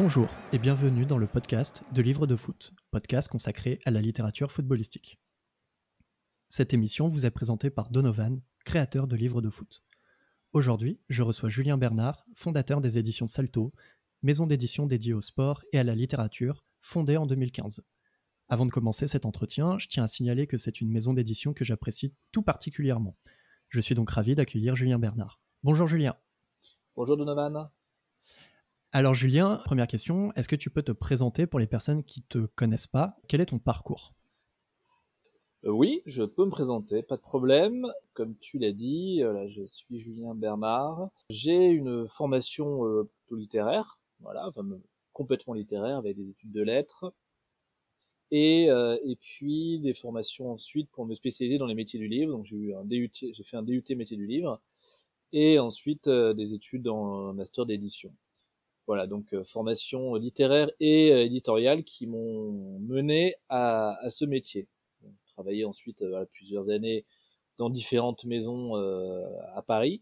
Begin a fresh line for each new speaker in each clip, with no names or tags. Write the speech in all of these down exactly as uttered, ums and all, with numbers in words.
Bonjour et bienvenue dans le podcast de Livres de foot, podcast consacré à la littérature footballistique. Cette émission vous est présentée par Donovan, créateur de Livres de foot. Aujourd'hui, je reçois Julien Bernard, fondateur des éditions Salto, maison d'édition dédiée au sport et à la littérature, fondée en deux mille quinze. Avant de commencer cet entretien, je tiens à signaler que c'est une maison d'édition que j'apprécie tout particulièrement. Je suis donc ravi d'accueillir Julien Bernard. Bonjour Julien.
Bonjour Donovan.
Alors Julien, première question, est-ce que tu peux te présenter pour les personnes qui ne te connaissent pas? Quel est ton parcours?
Euh, oui, je peux me présenter, pas de problème. Comme tu l'as dit, euh, là, je suis Julien Bernard. J'ai une formation euh, plutôt littéraire, voilà, enfin, me- complètement littéraire avec des études de lettres. Et, euh, et puis des formations ensuite pour me spécialiser dans les métiers du livre. Donc j'ai eu un D U T, j'ai fait un D U T métier du livre. Et ensuite euh, des études en master d'édition. Voilà, donc euh, formation littéraire et euh, éditoriale qui m'ont mené à, à ce métier. Donc, travaillé ensuite euh, voilà, plusieurs années dans différentes maisons euh, à Paris.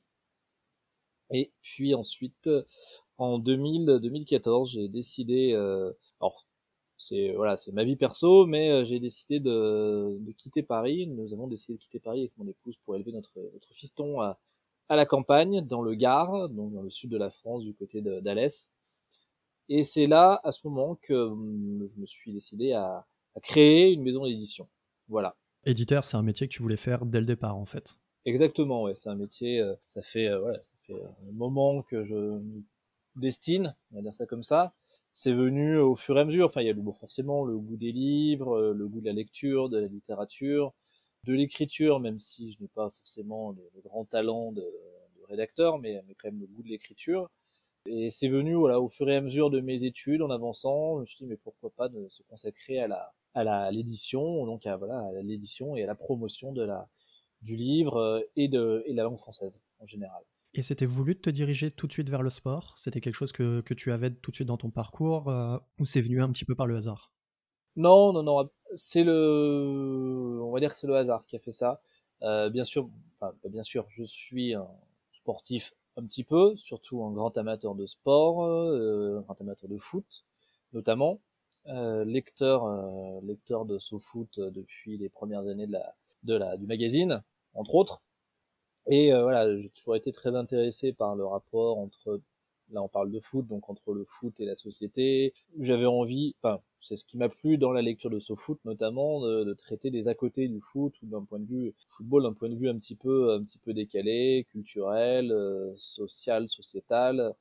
Et puis ensuite, euh, en deux mille, deux mille quatorze, j'ai décidé, euh, alors c'est voilà, c'est ma vie perso, mais euh, j'ai décidé de, de quitter Paris. Nous avons décidé de quitter Paris avec mon épouse pour élever notre, notre fiston à, à la campagne, dans le Gard, donc dans le sud de la France, du côté de- d'Alès. Et c'est là, à ce moment, que hum, je me suis décidé à, à créer une maison d'édition. Voilà.
Éditeur, c'est un métier que tu voulais faire dès le départ en fait.
Exactement, ouais. C'est un métier, euh, ça fait, euh, voilà, ça fait un moment que je me destine, on va dire ça comme ça. C'est venu au fur et à mesure. Enfin, il y a le, bon, forcément le goût des livres, euh, le goût de la lecture, de la littérature, de l'écriture, même si je n'ai pas forcément le, le grand talent de, de rédacteur, mais, mais quand même le goût de l'écriture. Et c'est venu voilà, au fur et à mesure de mes études, en avançant, je me suis dit mais pourquoi pas de se consacrer à la à la à l'édition, donc à voilà à l'édition et à la promotion de la du livre euh, et de et de la langue française en général.
Et c'était voulu de te diriger tout de suite vers le sport? C'était quelque chose que, que tu avais tout de suite dans ton parcours euh, ou c'est venu un petit peu par le hasard?
Non non non, c'est le on va dire que c'est le hasard qui a fait ça. Euh, bien sûr, enfin pas bien sûr, je suis un sportif un petit peu, surtout un grand amateur de sport, euh, un grand amateur de foot notamment. Euh, lecteur, euh, lecteur de SoFoot euh, depuis les premières années de la, de la, du magazine, entre autres. Et euh, voilà, j'ai toujours été très intéressé par le rapport entre, là on parle de foot, donc entre le foot et la société. J'avais envie, enfin, c'est ce qui m'a plu dans la lecture de SoFoot notamment, de, de traiter des à côté du foot ou d'un point de vue football, d'un point de vue un petit peu, un petit peu décalé, culturel, euh, social, sociétal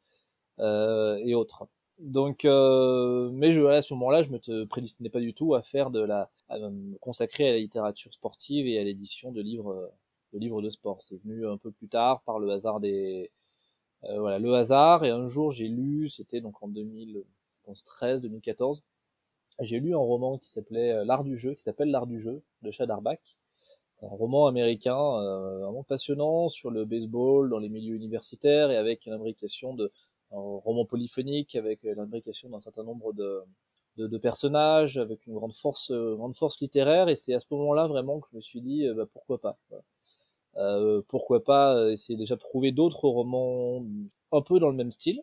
euh, et autres. Donc, euh, mais je, à ce moment-là, je me te prédestinais pas du tout à faire de la, à me consacrer à la littérature sportive et à l'édition de livres, de livres de sport. C'est venu un peu plus tard par le hasard des, euh, voilà, le hasard. Et un jour, j'ai lu, c'était donc en deux mille, je pense treize, deux mille quatorze, j'ai lu un roman qui s'appelait euh, L'Art du jeu, qui s'appelle L'Art du jeu de Chad Arbach. C'est un roman américain euh, vraiment passionnant sur le baseball dans les milieux universitaires et avec une imbrication de un roman polyphonique avec l'imbrication d'un certain nombre de, de, de personnages avec une grande force, euh, grande force littéraire. Et c'est à ce moment-là vraiment que je me suis dit euh, bah, pourquoi pas. Voilà. Euh, pourquoi pas euh, essayer déjà de trouver d'autres romans un peu dans le même style.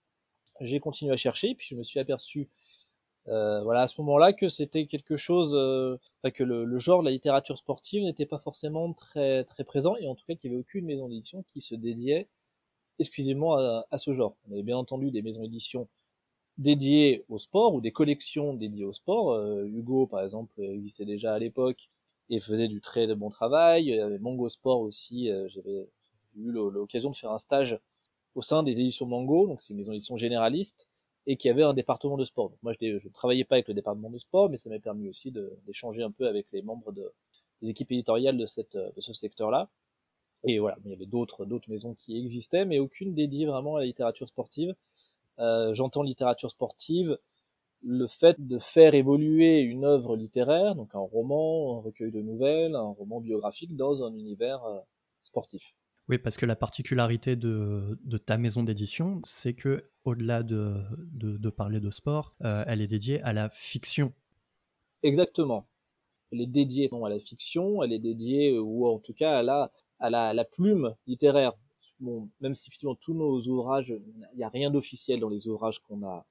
J'ai continué à chercher, puis je me suis aperçu euh, voilà, à ce moment-là, que c'était quelque chose, euh, enfin que le, le genre de la littérature sportive n'était pas forcément très très présent, et en tout cas qu'il n'y avait aucune maison d'édition qui se dédiait exclusivement à, à ce genre. On avait bien entendu des maisons d'édition dédiées au sport ou des collections dédiées au sport. Euh, Hugo, par exemple, existait déjà à l'époque et faisait du très bon travail. Il y avait Mango Sport aussi. Euh, j'avais eu l'occasion de faire un stage au sein des éditions Mango, donc c'est une maison d'édition généraliste, et qui avait un département de sport. Donc moi, je ne travaillais pas avec le département de sport, mais ça m'a permis aussi d'échanger un peu avec les membres de, des équipes éditoriales de, cette, de ce secteur-là. Et voilà, il y avait d'autres d'autres maisons qui existaient, mais aucune dédiée vraiment à la littérature sportive. Euh, J'entends littérature sportive, le fait de faire évoluer une œuvre littéraire, donc un roman, un recueil de nouvelles, un roman biographique dans un univers euh, sportif.
Oui, parce que la particularité de, de ta maison d'édition, c'est que au-delà de, de, de parler de sport, euh, elle est dédiée à la fiction.
Exactement. Elle est dédiée non, à la fiction, elle est dédiée, ou en tout cas à la, à la, à la plume littéraire. Bon, même si effectivement tous nos ouvrages, il n'y a rien d'officiel dans les ouvrages qu'on a,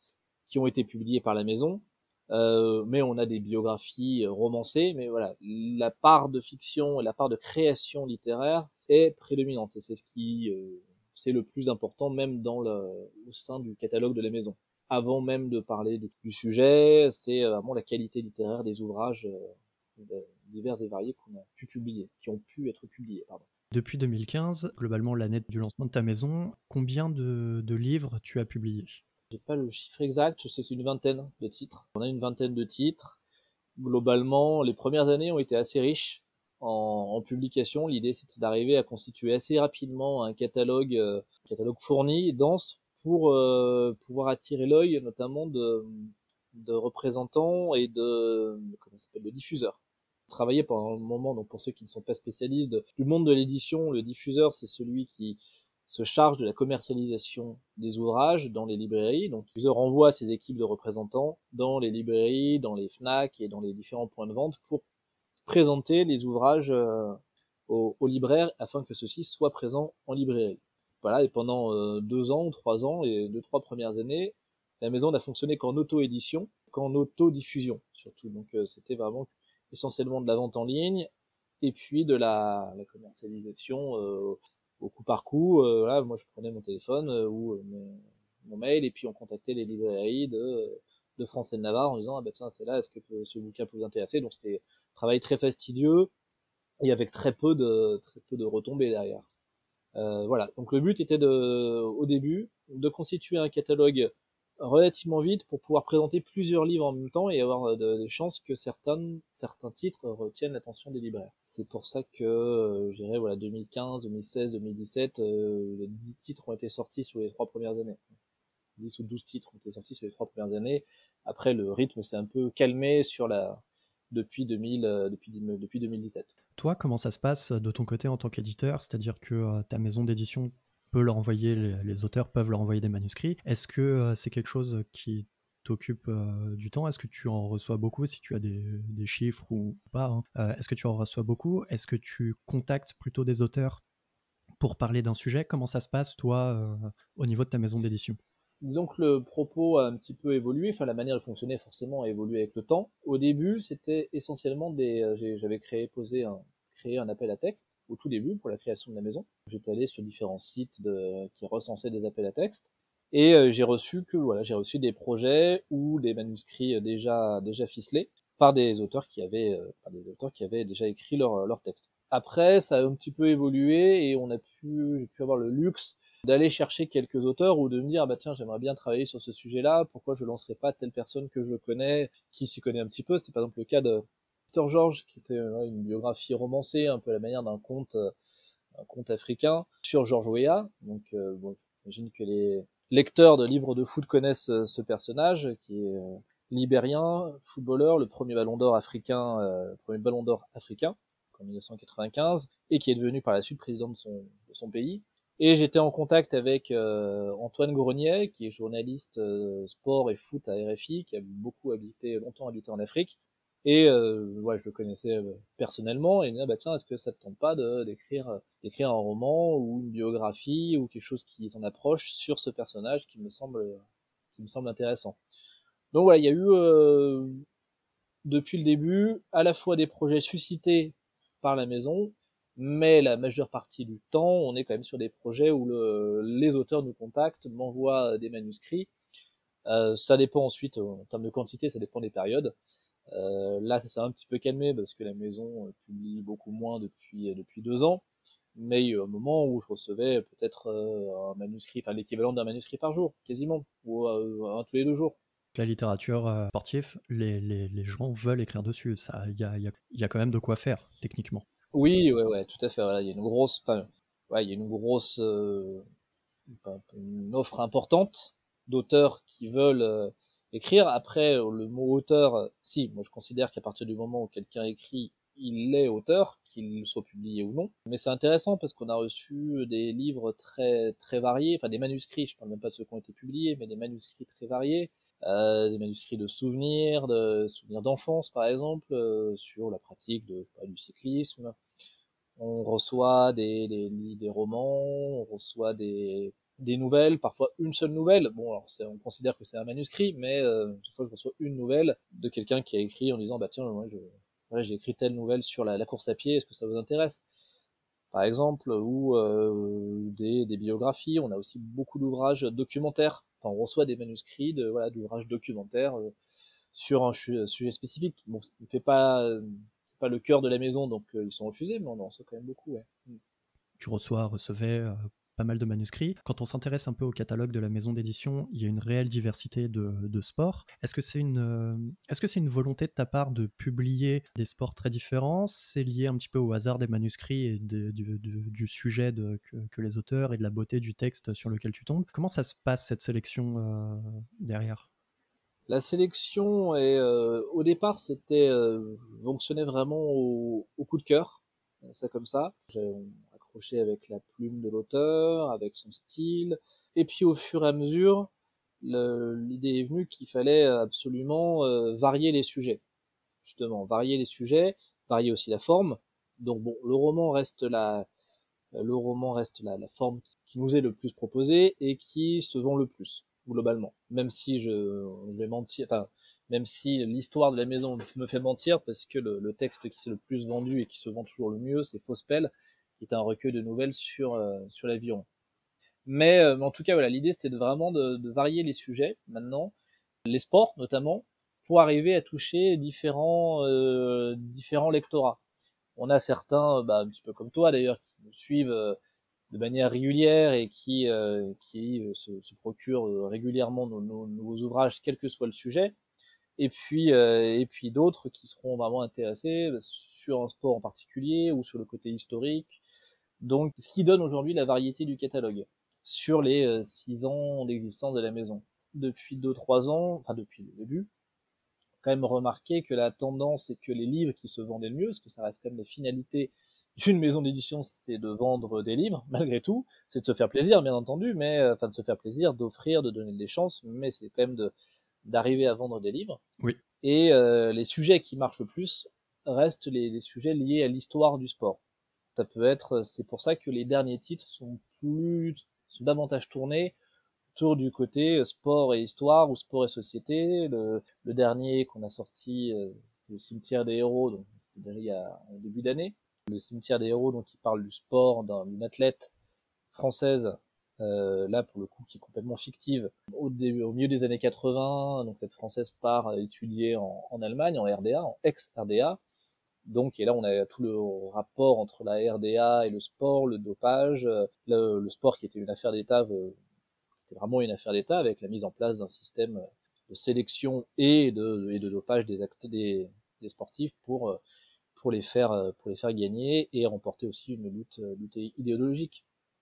qui ont été publiés par la maison, euh, mais on a des biographies romancées, mais voilà, la part de fiction et la part de création littéraire est prédominante, et c'est ce qui, euh, c'est le plus important, même dans le, au sein du catalogue de la maison. Avant même de parler de, du sujet, c'est vraiment la qualité littéraire des ouvrages euh, divers et variés qu'on a pu publier, qui ont pu être publiés, pardon.
Depuis deux mille quinze, globalement l'année du lancement de ta maison, combien de, de livres tu as publiés?
J'ai pas le chiffre exact, je sais que c'est une vingtaine de titres. On a une vingtaine de titres. Globalement, les premières années ont été assez riches en, en publication. L'idée, c'était d'arriver à constituer assez rapidement un catalogue, euh, un catalogue fourni, dense, pour euh, pouvoir attirer l'œil, notamment de, de représentants et de, comment ça s'appelle, de diffuseurs. Travailler pendant un moment, donc pour ceux qui ne sont pas spécialistes de, du monde de l'édition, le diffuseur, c'est celui qui se charge de la commercialisation des ouvrages dans les librairies. Donc, le diffuseur envoie ses équipes de représentants dans les librairies, dans les FNAC et dans les différents points de vente pour présenter les ouvrages euh, aux, aux libraires afin que ceux-ci soient présents en librairie. Voilà, et pendant euh, deux ans ou trois ans, les deux, trois premières années, la maison n'a fonctionné qu'en auto-édition, qu'en auto-diffusion surtout. Donc, euh, c'était vraiment essentiellement de la vente en ligne et puis de la, la commercialisation euh, au coup par coup. Euh, voilà, moi, je prenais mon téléphone euh, ou euh, mon, mon mail et puis on contactait les librairies de, de France et de Navarre en disant ah ben tiens c'est là, est-ce que ce bouquin peut vous intéresser. Donc c'était un travail très fastidieux et avec très peu de très peu de retombées derrière. Euh, voilà. Donc le but était de, au début, de constituer un catalogue relativement vite pour pouvoir présenter plusieurs livres en même temps et avoir de, de chances que certains, certains titres retiennent l'attention des libraires. C'est pour ça que, euh, je dirais, voilà, deux mille quinze, deux mille seize, deux mille dix-sept, euh, les dix titres ont été sortis sur les trois premières années. dix ou douze titres ont été sortis sur les trois premières années. Après, le rythme s'est un peu calmé sur la, depuis deux mille, euh, depuis, depuis deux mille dix-sept.
Toi, comment ça se passe de ton côté en tant qu'éditeur? C'est-à-dire que euh, ta maison d'édition peut leur envoyer, les, les auteurs peuvent leur envoyer des manuscrits. Est-ce que euh, c'est quelque chose qui t'occupe euh, du temps? Est-ce que tu en reçois beaucoup, si tu as des, des chiffres ou pas, hein? euh, Est-ce que tu en reçois beaucoup? Est-ce que tu contactes plutôt des auteurs pour parler d'un sujet? Comment ça se passe, toi, euh, au niveau de ta maison d'édition?
Disons que le propos a un petit peu évolué, enfin la manière de fonctionner forcément a évolué avec le temps. Au début, c'était essentiellement des, euh, j'avais créé, posé un, créé un appel à texte au tout début pour la création de la maison. J'étais allé sur différents sites de, qui recensaient des appels à texte et euh, j'ai reçu que voilà, j'ai reçu des projets ou des manuscrits déjà déjà ficelés par des auteurs qui avaient, euh, par des auteurs qui avaient déjà écrit leur leur texte. Après, ça a un petit peu évolué et on a pu, j'ai pu avoir le luxe d'aller chercher quelques auteurs ou de me dire ah bah tiens j'aimerais bien travailler sur ce sujet-là, pourquoi je lancerais pas telle personne que je connais, qui s'y connaît un petit peu. C'était par exemple le cas de Mister George, qui était euh, une biographie romancée, un peu à la manière d'un conte, euh, un conte africain sur George Weah. Donc euh, bon, j'imagine que les lecteurs de livres de foot connaissent euh, ce personnage qui est euh, libérien, footballeur, le premier ballon d'or africain, euh, le premier ballon d'or africain en mille neuf cent quatre-vingt-quinze, et qui est devenu par la suite président de son, de son pays. Et j'étais en contact avec euh, Antoine Grenier, qui est journaliste euh, sport et foot à R F I, qui a beaucoup habité, longtemps habité en Afrique. Et euh, ouais, je le connaissais euh, personnellement, et il me dit, bah tiens, est-ce que ça te tente pas de, d'écrire, euh, d'écrire un roman ou une biographie ou quelque chose qui s'en approche sur ce personnage qui me semble, qui me semble intéressant. Donc voilà, il y a eu euh, depuis le début à la fois des projets suscités par la maison, mais la majeure partie du temps, on est quand même sur des projets où le, les auteurs nous contactent, m'envoient des manuscrits. Euh, ça dépend ensuite, en termes de quantité, ça dépend des périodes. Euh, là, ça s'est un petit peu calmé parce que la maison publie beaucoup moins depuis, depuis deux ans. Mais il y a eu un moment où je recevais peut-être euh, un manuscrit, enfin l'équivalent d'un manuscrit par jour, quasiment, ou euh, un tous les deux jours.
La littérature euh, sportive, les, les, les gens veulent écrire dessus. Il y a, y, a, y a quand même de quoi faire, techniquement.
Oui, ouais, ouais, tout à fait. Voilà, il y a une grosse, enfin, ouais, il y a une grosse, euh, une offre importante d'auteurs qui veulent euh, écrire. Après, le mot auteur, euh, si, moi je considère qu'à partir du moment où quelqu'un écrit, il est auteur, qu'il soit publié ou non. Mais c'est intéressant parce qu'on a reçu des livres très très variés, enfin des manuscrits, je parle même pas de ceux qui ont été publiés, mais des manuscrits très variés. Euh, des manuscrits de souvenirs, de souvenirs d'enfance par exemple, euh, sur la pratique de, je sais pas, du cyclisme. On reçoit des, des, des romans, on reçoit des, des nouvelles, parfois une seule nouvelle. Bon, alors c'est, on considère que c'est un manuscrit, mais euh, des fois je reçois une nouvelle de quelqu'un qui a écrit en disant bah tiens moi je, voilà, j'ai écrit telle nouvelle sur la, la course à pied, est-ce que ça vous intéresse? Par exemple, ou euh, des, des biographies. On a aussi beaucoup d'ouvrages documentaires. Enfin, on reçoit des manuscrits de voilà d'ouvrages documentaires euh, sur un su- sujet spécifique. Bon, ce ne fait pas c'est pas le cœur de la maison, donc euh, ils sont refusés, mais on en reçoit quand même beaucoup. Ouais.
Tu reçois, recevais euh, pas mal de manuscrits. Quand on s'intéresse un peu au catalogue de la maison d'édition, il y a une réelle diversité de, de sports. Est-ce que c'est une, euh, est-ce que c'est une volonté de ta part de publier des sports très différents? C'est lié un petit peu au hasard des manuscrits et de, du, du, du sujet de, que, que les auteurs et de la beauté du texte sur lequel tu tombes? Comment ça se passe cette sélection euh, derrière?
La sélection est, euh, au départ, c'était euh, fonctionnait vraiment au, au coup de cœur, c'est comme ça. J'ai accroché avec la plume de l'auteur, avec son style, et puis au fur et à mesure, le- l'idée est venue qu'il fallait absolument euh, varier les sujets, justement, varier les sujets, varier aussi la forme. Donc bon, le roman reste la, le roman reste la, la forme qui nous est le plus proposée et qui se vend le plus, globalement. Même si je, je vais mentir, enfin, même si l'histoire de la maison me fait mentir, parce que le, le texte qui s'est le plus vendu et qui se vend toujours le mieux, c'est Fausse Pelle, qui est un recueil de nouvelles sur, euh, sur l'aviron. Mais, euh, en tout cas, voilà, l'idée c'était de vraiment de, de varier les sujets, maintenant, les sports notamment, pour arriver à toucher différents, euh, différents lectorats. On a certains, bah, un petit peu comme toi d'ailleurs, qui nous suivent euh, de manière régulière et qui, euh, qui euh, se, se procurent euh, régulièrement nos, nos nouveaux ouvrages, quel que soit le sujet. Et puis, euh, et puis d'autres qui seront vraiment intéressés sur un sport en particulier ou sur le côté historique. Donc, ce qui donne aujourd'hui la variété du catalogue sur les euh, six ans d'existence de la maison. Depuis deux trois ans, enfin depuis le début, quand même remarqué que la tendance est que les livres qui se vendaient le mieux, parce que ça reste quand même la finalité d'une maison d'édition, c'est de vendre des livres, malgré tout, c'est de se faire plaisir, bien entendu, mais euh, enfin de se faire plaisir, d'offrir, de donner des chances, mais c'est quand même de d'arriver à vendre des livres.
Oui.
Et euh, les sujets qui marchent le plus restent les, les sujets liés à l'histoire du sport. Ça peut être, c'est pour ça que les derniers titres sont plus, sont davantage tournés autour du côté sport et histoire ou sport et société. Le, le dernier qu'on a sorti, euh, c'est le Cimetière des héros, donc c'était déjà il y a en début d'année. Le Cimetière des héros, donc qui parle du sport d'une athlète française, euh, là pour le coup qui est complètement fictive. Au, début, au milieu des années quatre-vingts, donc cette française part étudier en, en Allemagne, en R D A, en ex-R D A. Donc, et là, on a tout le rapport entre la R D A et le sport, le dopage, le, le sport qui était une affaire d'État, euh, c'était vraiment une affaire d'État avec la mise en place d'un système de sélection et de, et de dopage des, actes, des, des sportifs pour, pour, les faire, pour les faire gagner et remporter aussi une lutte, lutte idéologique.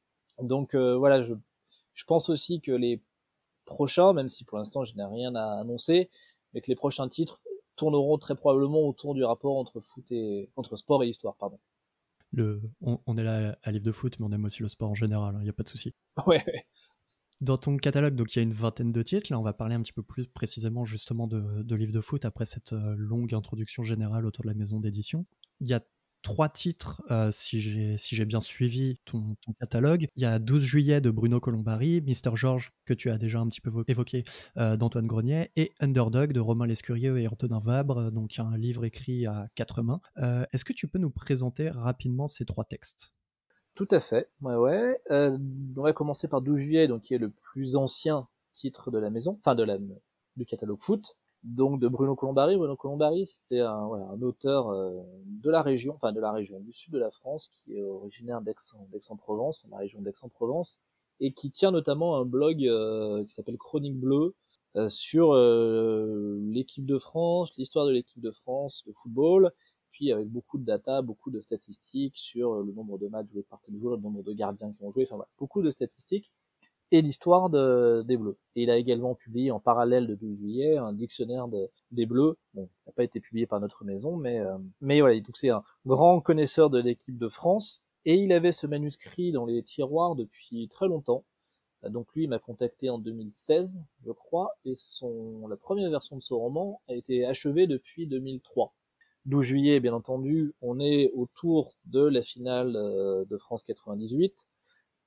Donc euh, voilà, je, je pense aussi que les prochains, même si pour l'instant je n'ai rien à annoncer, mais que les prochains titres tourneront très probablement autour du rapport entre foot et entre sport et histoire, pardon.
Le, on, on est là à Livre de Foot, mais on aime aussi le sport en général, il hein, n'y a pas de souci.
Ouais, ouais.
Dans ton catalogue, donc il y a une vingtaine de titres. Là, on va parler un petit peu plus précisément justement de, de livres de foot après cette euh, longue introduction générale autour de la maison d'édition. Il y a trois titres, euh, si j'ai si j'ai bien suivi ton, ton catalogue. Il y a douze juillet de Bruno Colombari, Mister George, que tu as déjà un petit peu évoqué, euh, d'Antoine Grenier, et Underdog de Romain Lescurieux et Antonin Vabre, donc un livre écrit à quatre mains. Euh, Est-ce que tu peux nous présenter rapidement ces trois textes?
Tout à fait, ouais, ouais. Euh, on va commencer par douze juillet, donc qui est le plus ancien titre de la maison, enfin de la, du catalogue foot, donc de Bruno Colombari. Bruno Colombari, c'était un, voilà, un auteur euh, de la région, enfin de la région du sud de la France, qui est originaire d'Aix-en-Provence, la région d'Aix-en-Provence, et qui tient notamment un blog euh, qui s'appelle Chronique Bleue, euh, sur euh, l'équipe de France, l'histoire de l'équipe de France de football, puis avec beaucoup de data, beaucoup de statistiques sur le nombre de matchs joués par tel joueur, le nombre de gardiens qui ont joué, enfin voilà, beaucoup de statistiques, et l'histoire de, des Bleus. Et il a également publié en parallèle de douze juillet un dictionnaire de, des Bleus, bon, il n'a pas été publié par notre maison, mais, euh, mais voilà, donc c'est un grand connaisseur de l'équipe de France, et il avait ce manuscrit dans les tiroirs depuis très longtemps. Donc lui, il m'a contacté en deux mille seize, je crois, et son, la première version de ce roman a été achevée depuis deux mille trois. douze juillet, bien entendu, on est autour de la finale de France quatre-vingt-dix-huit,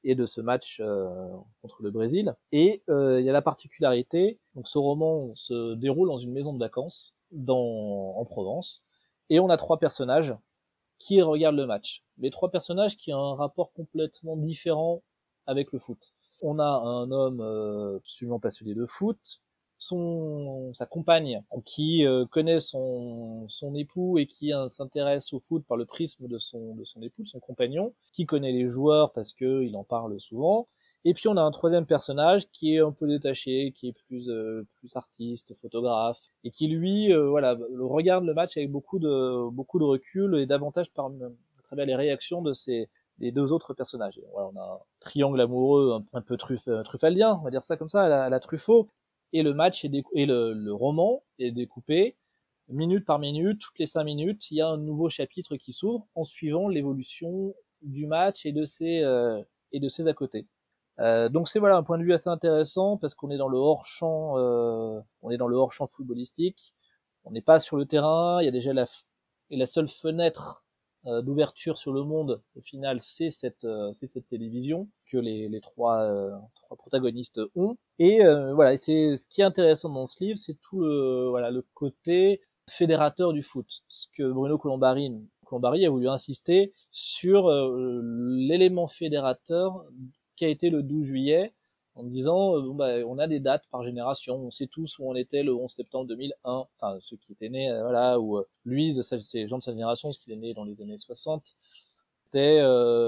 et de ce match euh, contre le Brésil. Et euh, il y a la particularité, donc ce roman se déroule dans une maison de vacances dans, en Provence, et on a trois personnages qui regardent le match. Les trois personnages qui ont un rapport complètement différent avec le foot. On a un homme euh, absolument passionné de foot, son sa compagne qui euh, connaît son son époux et qui euh, s'intéresse au foot par le prisme de son de son époux, de son compagnon, qui connaît les joueurs parce que il en parle souvent. Et puis on a un troisième personnage qui est un peu détaché, qui est plus euh, plus artiste, photographe, et qui lui euh, voilà regarde le match avec beaucoup de beaucoup de recul et davantage par à travers les réactions de ses des deux autres personnages. Et voilà, on a un triangle amoureux un, un peu truff, truffaldien, on va dire ça comme ça, à la, à la Truffaut. Et le match est décou- et le, le roman est découpé minute par minute, toutes les cinq minutes, il y a un nouveau chapitre qui s'ouvre en suivant l'évolution du match et de ses euh, et de ses à côté. Euh, donc c'est voilà un point de vue assez intéressant parce qu'on est dans le hors champ, euh, on est dans le hors champ footballistique. On n'est pas sur le terrain. Il y a déjà la f- et la seule fenêtre euh, d'ouverture sur le monde au final, c'est cette euh, c'est cette télévision que les les trois euh, trois protagonistes ont. Et euh, voilà, et c'est ce qui est intéressant dans ce livre, c'est tout le voilà le côté fédérateur du foot. Ce que Bruno Colombari Colombari a voulu insister sur euh, l'élément fédérateur qu'a été le douze juillet, en disant, euh, bon, bah, on a des dates par génération, on sait tous où on était le onze septembre deux mille un, enfin, ceux qui étaient nés, euh, voilà, ou euh, lui, de sa, ces gens de sa génération, parce qu'il est né dans les années soixante, c'était,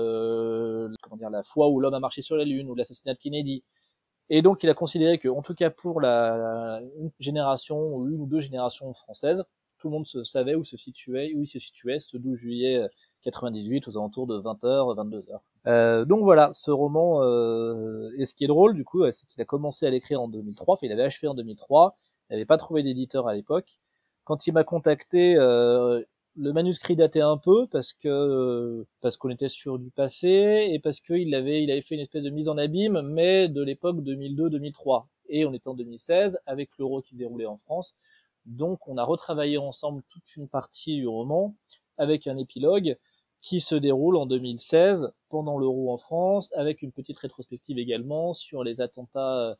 euh, comment dire, la fois où l'homme a marché sur la Lune, ou l'assassinat de Kennedy. Et donc, il a considéré que, en tout cas pour la, la une génération, ou une ou deux générations françaises, tout le monde se savait où se situait, où il se situait ce douze juillet quatre-vingt-dix-huit aux alentours de vingt heures, vingt-deux heures. Euh, donc voilà, ce roman, euh, et ce qui est drôle du coup, c'est qu'il a commencé à l'écrire en deux mille trois, enfin il avait achevé en deux mille trois, il n'avait pas trouvé d'éditeur à l'époque. Quand il m'a contacté, euh, le manuscrit datait un peu parce que parce qu'on était sur du passé et parce qu'il avait il avait fait une espèce de mise en abîme, mais de l'époque deux mille deux deux mille trois. Et on était en deux mille seize avec l'euro qui se déroulait en France, donc on a retravaillé ensemble toute une partie du roman avec un épilogue qui se déroule en deux mille seize pendant l'euro en France, avec une petite rétrospective également sur les attentats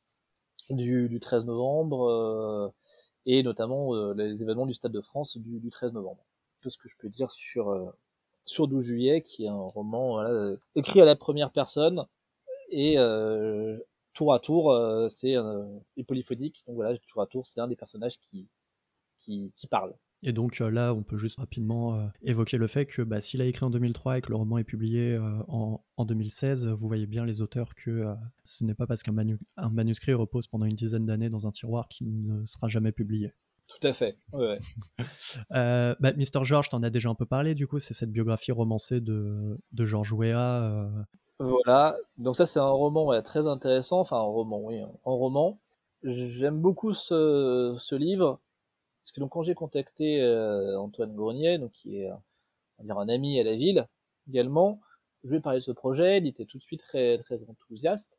du, du treize novembre euh, et notamment euh, les événements du Stade de France du, du treize novembre. C'est ce que je peux dire sur euh, sur douze juillet, qui est un roman voilà, écrit à la première personne et euh, tour à tour, euh, c'est euh, polyphonique. Donc voilà, tour à tour, c'est un des personnages qui qui, qui parle.
Et donc euh, là, on peut juste rapidement euh, évoquer le fait que bah, s'il a écrit en deux mille trois et que le roman est publié euh, en, en deux mille seize, vous voyez bien les auteurs que euh, ce n'est pas parce qu'un manu- un manuscrit repose pendant une dizaine d'années dans un tiroir qu'il ne sera jamais publié.
Tout à fait, ouais, ouais.
euh, bah, mister George, t'en as déjà un peu parlé, du coup, c'est cette biographie romancée de, de George Weah. Euh...
Voilà, donc ça c'est un roman ouais, très intéressant, enfin un roman, oui, un roman. J'aime beaucoup ce, ce livre, parce que donc quand j'ai contacté euh, Antoine Grenier, donc qui est on va dire un ami à la ville également, je lui ai parlé de ce projet, il était tout de suite très très enthousiaste.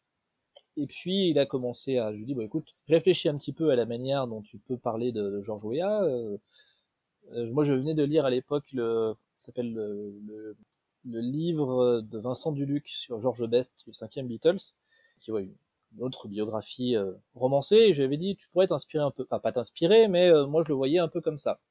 Et puis il a commencé à, je lui ai dit bon écoute, réfléchis un petit peu à la manière dont tu peux parler de, de George Weah. Euh, euh, moi je venais de lire à l'époque le, ça s'appelle le, le, le livre de Vincent Duluc sur George Best, le cinquième Beatles, qui est ouais, une autre biographie euh, romancée. Et je lui avais dit tu pourrais t'inspirer un peu, enfin pas t'inspirer, mais euh, moi je le voyais un peu comme ça.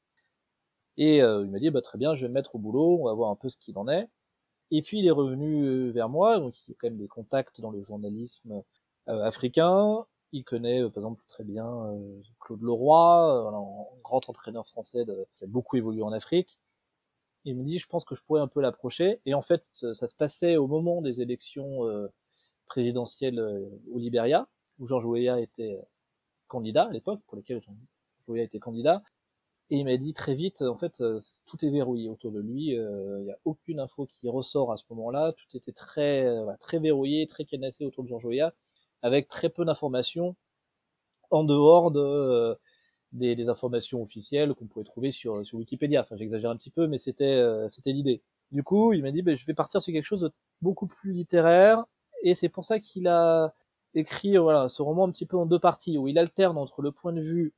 Et euh, il m'a dit bah très bien, je vais me mettre au boulot, on va voir un peu ce qu'il en est. Et puis il est revenu vers moi, donc il a quand même des contacts dans le journalisme euh, africain. Il connaît euh, par exemple très bien euh, Claude Leroy, euh, un grand entraîneur français de, qui a beaucoup évolué en Afrique. Il me dit je pense que je pourrais un peu l'approcher. Et en fait ça, ça se passait au moment des élections euh, présidentielles euh, au Libéria, où George Weah était candidat à l'époque, pour lesquelles George Weah était candidat. Et il m'a dit très vite, en fait, euh, tout est verrouillé autour de lui. Il euh, n'y a aucune info qui ressort à ce moment-là. Tout était très, euh, très verrouillé, très cadenassé autour de George Weah, avec très peu d'informations en dehors de euh, des, des informations officielles qu'on pouvait trouver sur sur Wikipédia. Enfin, j'exagère un petit peu, mais c'était euh, c'était l'idée. Du coup, il m'a dit, ben, je vais partir sur quelque chose de beaucoup plus littéraire, et c'est pour ça qu'il a écrit voilà ce roman un petit peu en deux parties, où il alterne entre le point de vue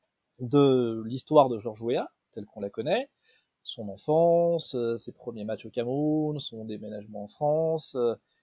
de l'histoire de George Weah, telle qu'on la connaît, son enfance, euh, ses premiers matchs au Cameroun, son déménagement en France, euh,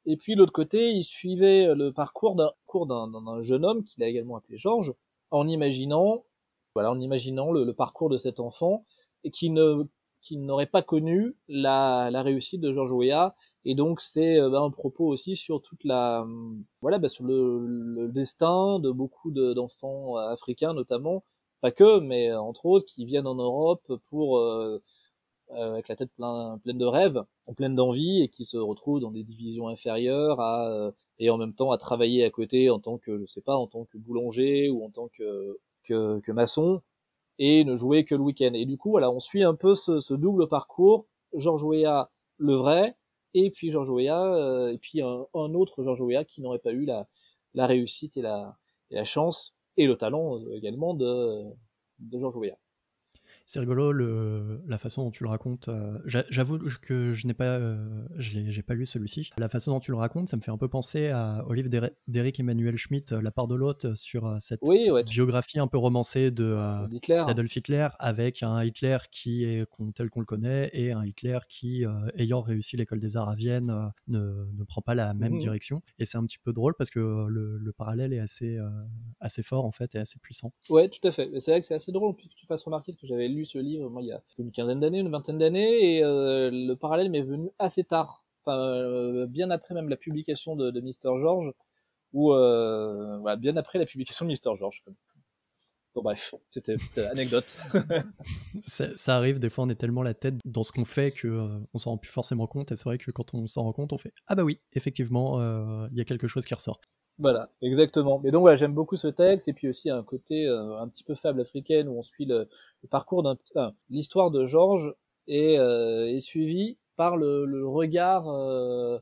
Et puis, de l'autre côté, il suivait le parcours d'un, cours d'un, d'un jeune homme qu'il a également appelé Georges, en imaginant, voilà, en imaginant le, le parcours de cet enfant et qui ne, qui n'aurait pas connu la, la réussite de Georges Weah. Et donc, c'est euh, bah, un propos aussi sur toute la, voilà, bah, sur le, le destin de beaucoup de, d'enfants africains, notamment, pas que, mais entre autres, qui viennent en Europe pour euh, euh, avec la tête plein, pleine de rêves, pleine d'envie, et qui se retrouvent dans des divisions inférieures à, euh, et en même temps à travailler à côté en tant que, je sais pas, en tant que boulanger ou en tant que, que, que maçon, et ne jouer que le week-end. Et du coup, voilà, on suit un peu ce, ce double parcours, Georges Weah, le vrai, et puis Georges Weah, euh, et puis un, un autre Georges Weah qui n'aurait pas eu la, la réussite et la, et la chance, et le talent euh, également de, de Georges Weah.
C'est rigolo le, la façon dont tu le racontes. euh, j'a- J'avoue que je n'ai pas, euh, je l'ai- j'ai pas lu celui-ci. La façon dont tu le racontes, ça me fait un peu penser à, au livre d'Eri- d'Éric Emmanuel Schmitt, euh, La part de l'autre, euh, sur euh, cette
Oui, ouais, tout,
biographie un peu romancée de euh,
d'Hitler.
d'Adolf Hitler, avec un Hitler qui est qu'on- tel qu'on le connaît et un Hitler qui, euh, ayant réussi l'école des arts à Vienne, euh, ne, ne prend pas la même
Mhm.
direction. Et c'est un petit peu drôle parce que euh, le, le parallèle est assez, euh, assez fort en fait et assez puissant.
Ouais, tout à fait. Mais c'est vrai que c'est assez drôle que tu fasses remarquer que j'avais lu ce livre, moi, il y a une quinzaine d'années, une vingtaine d'années, et euh, le parallèle m'est venu assez tard. Enfin, euh, bien après même la publication de, de Mister George, ou euh, voilà, bien après la publication de Mister George. Bon bref, c'était une petite anecdote.
Ça, ça arrive, des fois on est tellement la tête dans ce qu'on fait que euh, on s'en rend plus forcément compte, et c'est vrai que quand on s'en rend compte, on fait ah bah oui, effectivement, euh, il y a quelque chose qui ressort.
Voilà, exactement. Mais donc voilà, j'aime beaucoup ce texte, et puis aussi un côté euh, un petit peu fable africaine où on suit le, le parcours d'un, enfin, l'histoire de George est, euh, est suivie par le, le regard euh,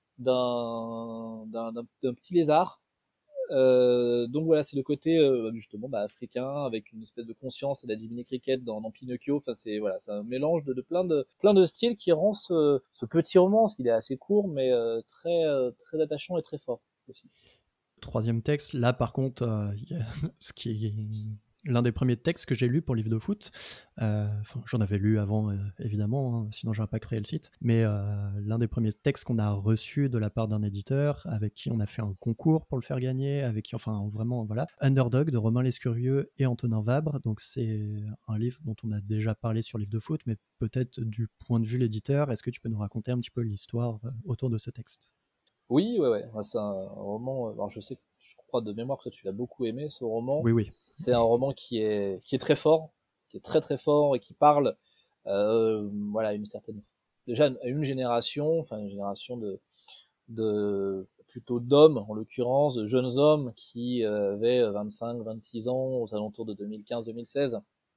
d'un, d'un, d'un, d'un petit lézard. Euh, donc voilà, c'est le côté euh, justement bah, africain avec une espèce de conscience et de la divinité cricket dans, dans Pinocchio. Enfin c'est voilà, c'est un mélange de, de plein de plein de styles qui rend ce, ce petit roman, parce qu'il est assez court, mais euh, très euh, très attachant et très fort aussi.
Troisième texte, là par contre, euh, y a- ce qui est l'un des premiers textes que j'ai lu pour livre de foot. Euh, enfin, j'en avais lu avant, euh, évidemment, hein, sinon j'aurais pas créé le site. Mais euh, l'un des premiers textes qu'on a reçu de la part d'un éditeur, avec qui on a fait un concours pour le faire gagner, avec qui, enfin, vraiment, voilà. Underdog de Romain Lescurieux et Antonin Vabre. Donc c'est un livre dont on a déjà parlé sur livre de foot, mais peut-être du point de vue l'éditeur. Est-ce que tu peux nous raconter un petit peu l'histoire euh, autour de ce texte?
Oui, ouais, ouais. Ah, c'est un roman. euh, Alors je sais, je crois de mémoire que tu l'as beaucoup aimé ce roman.
Oui, oui.
C'est un roman qui est qui est très fort, qui est très très fort et qui parle, euh, voilà, à une certaine, déjà à une génération, enfin une génération de de plutôt d'hommes, en l'occurrence, de jeunes hommes qui euh, avaient vingt-cinq, vingt-six ans aux alentours de deux mille quinze, deux mille seize.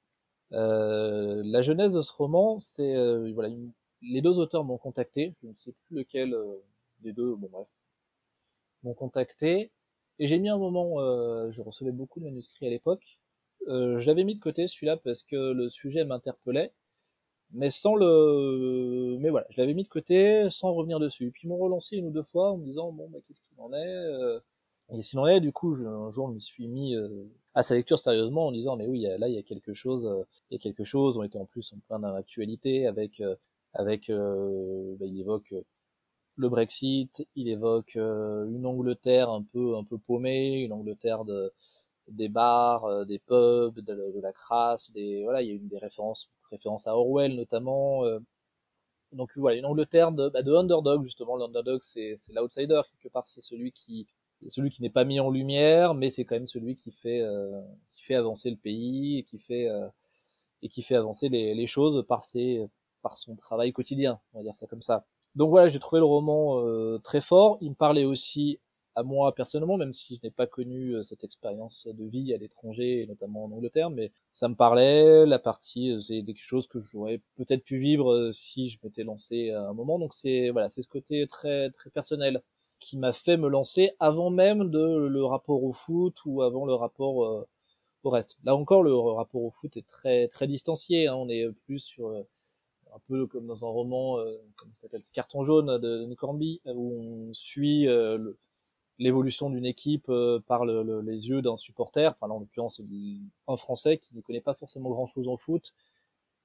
Euh, la genèse de ce roman, c'est euh, voilà, une- les deux auteurs m'ont contacté, je ne sais plus lequel euh, des deux, bon bref, m'ont contacté, et j'ai mis un moment, euh, je recevais beaucoup de manuscrits à l'époque, euh, je l'avais mis de côté celui-là parce que le sujet m'interpellait, mais sans le, mais voilà, je l'avais mis de côté sans revenir dessus. Puis ils m'ont relancé une ou deux fois en me disant bon bah qu'est-ce qu'il en est, euh... et qu'est-ce qu'il en est. Du coup, je, un jour, je m'y suis mis euh, à sa lecture sérieusement en disant mais oui, là il y a quelque chose, euh, il y a quelque chose. On était en plus en plein dans l'actualité avec euh, avec, euh, bah, il évoque euh, le Brexit, il évoque euh, une Angleterre un peu un peu paumée, une Angleterre de des bars, euh, des pubs, de, de la crasse, des voilà, il y a une des références références à Orwell notamment. Euh, donc voilà, une Angleterre de, bah, de underdog justement. L'underdog c'est c'est l'outsider quelque part, c'est celui qui c'est celui qui n'est pas mis en lumière, mais c'est quand même celui qui fait euh, qui fait avancer le pays et qui fait euh, et qui fait avancer les, les choses par ses par son travail quotidien, on va dire ça comme ça. Donc voilà, j'ai trouvé le roman euh, très fort. Il me parlait aussi à moi personnellement, même si je n'ai pas connu euh, cette expérience de vie à l'étranger, et notamment en Angleterre, mais ça me parlait. La partie, euh, c'est quelque chose que j'aurais peut-être pu vivre euh, si je m'étais lancé à un moment. Donc c'est voilà, c'est ce côté très très personnel qui m'a fait me lancer avant même de le rapport au foot ou avant le rapport euh, au reste. Là encore, le rapport au foot est très très distancié. Hein. On est plus sur euh, un peu comme dans un roman, euh, comment ça s'appelle, Carton jaune de Nick Hornby, où on suit euh, le, l'évolution d'une équipe euh, par le, le, les yeux d'un supporter. Enfin là, en l'occurrence, un Français qui ne connaît pas forcément grand-chose en foot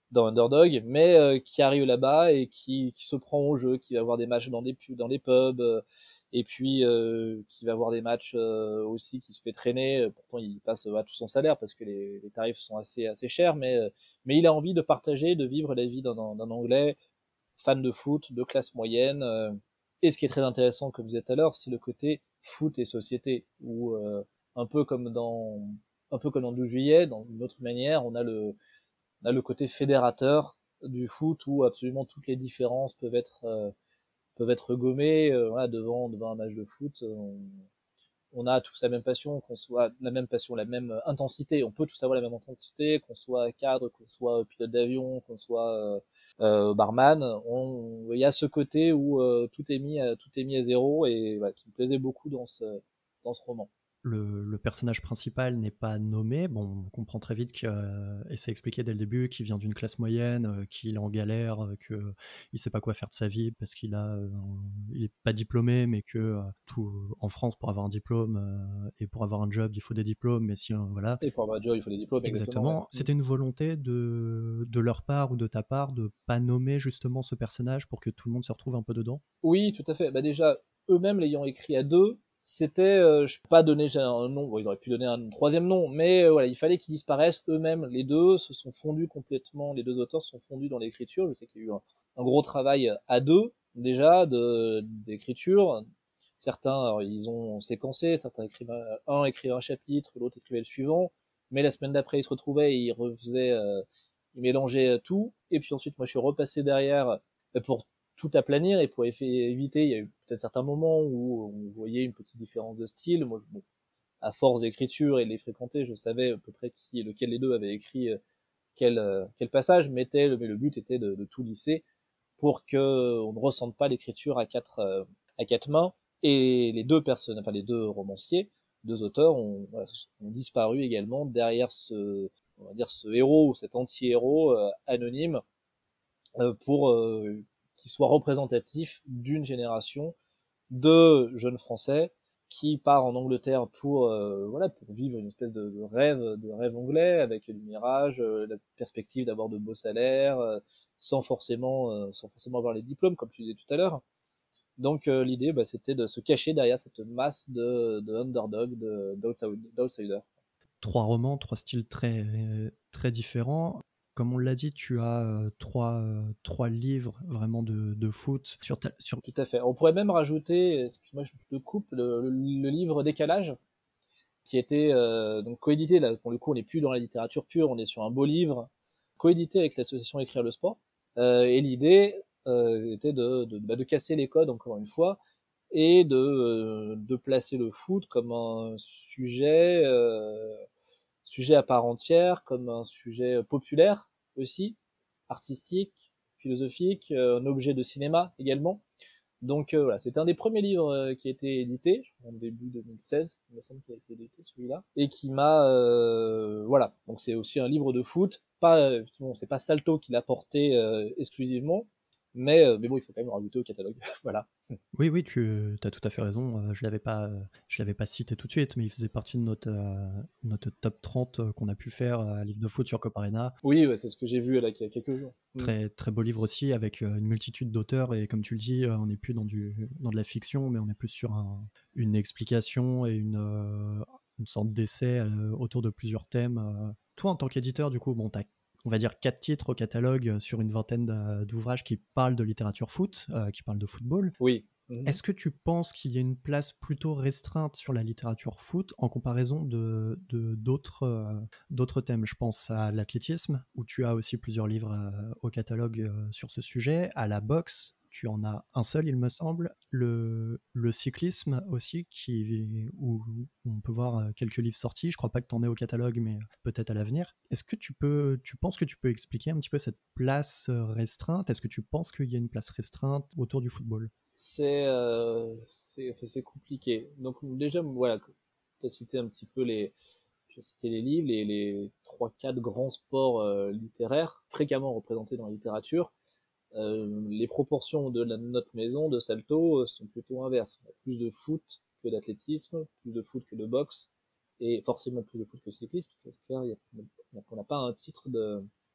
dans Underdog, mais euh, qui arrive là-bas et qui, qui se prend au jeu, qui va voir des matchs dans des dans des pubs, euh, et puis euh, qui va voir des matchs euh, aussi, qui se fait traîner. Pourtant, il passe à tout son salaire parce que les, les tarifs sont assez assez chers, mais euh, mais il a envie de partager, de vivre la vie d'un d'un Anglais fan de foot, de classe moyenne. Euh, et ce qui est très intéressant, comme je disais tout à l'heure, c'est le côté foot et société, où euh, un peu comme dans un peu comme dans douze juillet, dans une autre manière, on a le on a le côté fédérateur du foot où absolument toutes les différences peuvent être euh, peuvent être gommées. Euh, voilà, devant devant un match de foot, on, on a tous la même passion, qu'on soit la même passion, la même intensité. On peut tous avoir la même intensité, qu'on soit cadre, qu'on soit pilote d'avion, qu'on soit euh, euh, barman. On, il y a ce côté où euh, tout est mis à, tout est mis à zéro et voilà, qui me plaisait beaucoup dans ce dans ce roman.
Le, le personnage principal n'est pas nommé. Bon, on comprend très vite que, euh, et c'est expliqué dès le début, qu'il vient d'une classe moyenne, euh, qu'il est en galère, euh, qu'il ne sait pas quoi faire de sa vie parce qu'il a, euh, il est pas diplômé, mais que euh, tout en France pour avoir un diplôme euh, et pour avoir un job, il faut des diplômes. Mais si, euh, voilà.
Et pour avoir un job, il faut des diplômes, exactement. Ouais.
Exactement. C'était une volonté de, de leur part ou de ta part de pas nommer justement ce personnage pour que tout le monde se retrouve un peu dedans.
Oui, tout à fait. Bah déjà, eux-mêmes l'ayant écrit à deux, c'était, euh, je peux pas donner un nom, bon, ils auraient pu donner un troisième nom, mais euh, voilà, il fallait qu'ils disparaissent eux-mêmes. Les deux se sont fondus complètement, les deux auteurs se sont fondus dans l'écriture. Je sais qu'il y a eu un, un gros travail à deux déjà de d'écriture. Certains, alors, ils ont séquencé, certains écrivaient un écrivait un chapitre, l'autre écrivait le suivant, mais la semaine d'après ils se retrouvaient et ils refaisaient, euh, ils mélangeaient tout. Et puis ensuite, moi, je suis repassé derrière pour tout aplanir et pour éviter, il y a eu peut-être certains moments où on voyait une petite différence de style. Moi, bon, à force d'écriture et de les fréquenter, je savais à peu près qui, lequel des deux avait écrit euh, quel, euh, quel passage, mais le, mais le but était de, de tout lisser pour que on ne ressente pas l'écriture à quatre, euh, à quatre mains. Et les deux personnes, enfin les deux romanciers, deux auteurs ont, voilà, ont disparu également derrière ce, on va dire ce héros ou cet anti-héros euh, anonyme euh, pour euh, qu'il soit représentatif d'une génération de jeunes Français qui part en Angleterre pour euh, voilà pour vivre une espèce de, de rêve de rêve anglais avec du mirage, euh, la perspective d'avoir de beaux salaires, euh, sans forcément euh, sans forcément avoir les diplômes comme tu disais tout à l'heure. Donc euh, l'idée bah, c'était de se cacher derrière cette masse de, de underdog, de d'outsiders.
Trois romans, trois styles très, très différents. Comme on l'a dit, tu as euh, trois, euh, trois livres vraiment de, de foot sur, ta, sur...
Tout à fait. On pourrait même rajouter, excuse-moi, je te coupe, le, le, le livre Décalage, qui était euh, donc coédité, là pour le coup on n'est plus dans la littérature pure, on est sur un beau livre, coédité avec l'association Écrire le Sport, euh, et l'idée euh, était de, de, bah, de casser les codes encore une fois, et de, euh, de placer le foot comme un sujet, euh, sujet à part entière, comme un sujet populaire aussi, artistique, philosophique, euh, un objet de cinéma également. Donc euh, voilà, c'était un des premiers livres euh, qui a été édité, je crois en début deux mille seize, il me semble qu'il a été édité celui-là, et qui m'a euh, voilà. Donc c'est aussi un livre de foot, pas euh, bon, c'est pas Salto qui l'a porté euh, exclusivement, mais euh, mais bon, il faut quand même le rajouter au catalogue. Voilà.
Oui, oui, tu as tout à fait raison. Euh, je l'avais pas, je l'avais pas cité tout de suite, mais il faisait partie de notre, euh, notre top trente euh, qu'on a pu faire à Livre de foot sur Coparena.
Oui, ouais, c'est ce que j'ai vu là, il y a quelques jours. Mm.
Très, très beau livre aussi, avec euh, une multitude d'auteurs, et comme tu le dis, euh, on n'est plus dans, du, dans de la fiction, mais on est plus sur un, une explication et une, euh, une sorte d'essai euh, autour de plusieurs thèmes. euh. Toi, en tant qu'éditeur, du coup, bon, tu as, on va dire, quatre titres au catalogue euh, sur une vingtaine d'a- d'ouvrages qui parlent de littérature foot, euh, qui parlent de football.
Oui. Mm.
Est-ce que tu penses qu'il y a une place plutôt restreinte sur la littérature foot en comparaison de, de- d'autres, euh, d'autres thèmes? Je pense à l'athlétisme, où tu as aussi plusieurs livres euh, au catalogue euh, sur ce sujet, à la boxe, tu en as un seul, il me semble, le, le cyclisme aussi, qui, où, où on peut voir euh, quelques livres sortis. Je crois pas que tu en aies au catalogue, mais peut-être à l'avenir. Est-ce que tu peux, tu penses que tu peux expliquer un petit peu cette place euh, restreinte? Est-ce que tu penses qu'il y a une place restreinte autour du football?
C'est euh, c'est enfin, c'est compliqué. Donc déjà voilà, tu as cité un petit peu les j'ai cité les livres, les, les trois quatre grands sports euh, littéraires fréquemment représentés dans la littérature. Euh, les proportions de la, notre maison, de Salto, euh, sont plutôt inverses. On a plus de foot que d'athlétisme, plus de foot que de boxe, et forcément plus de foot que de cyclisme, parce qu'on n'a pas un titre de,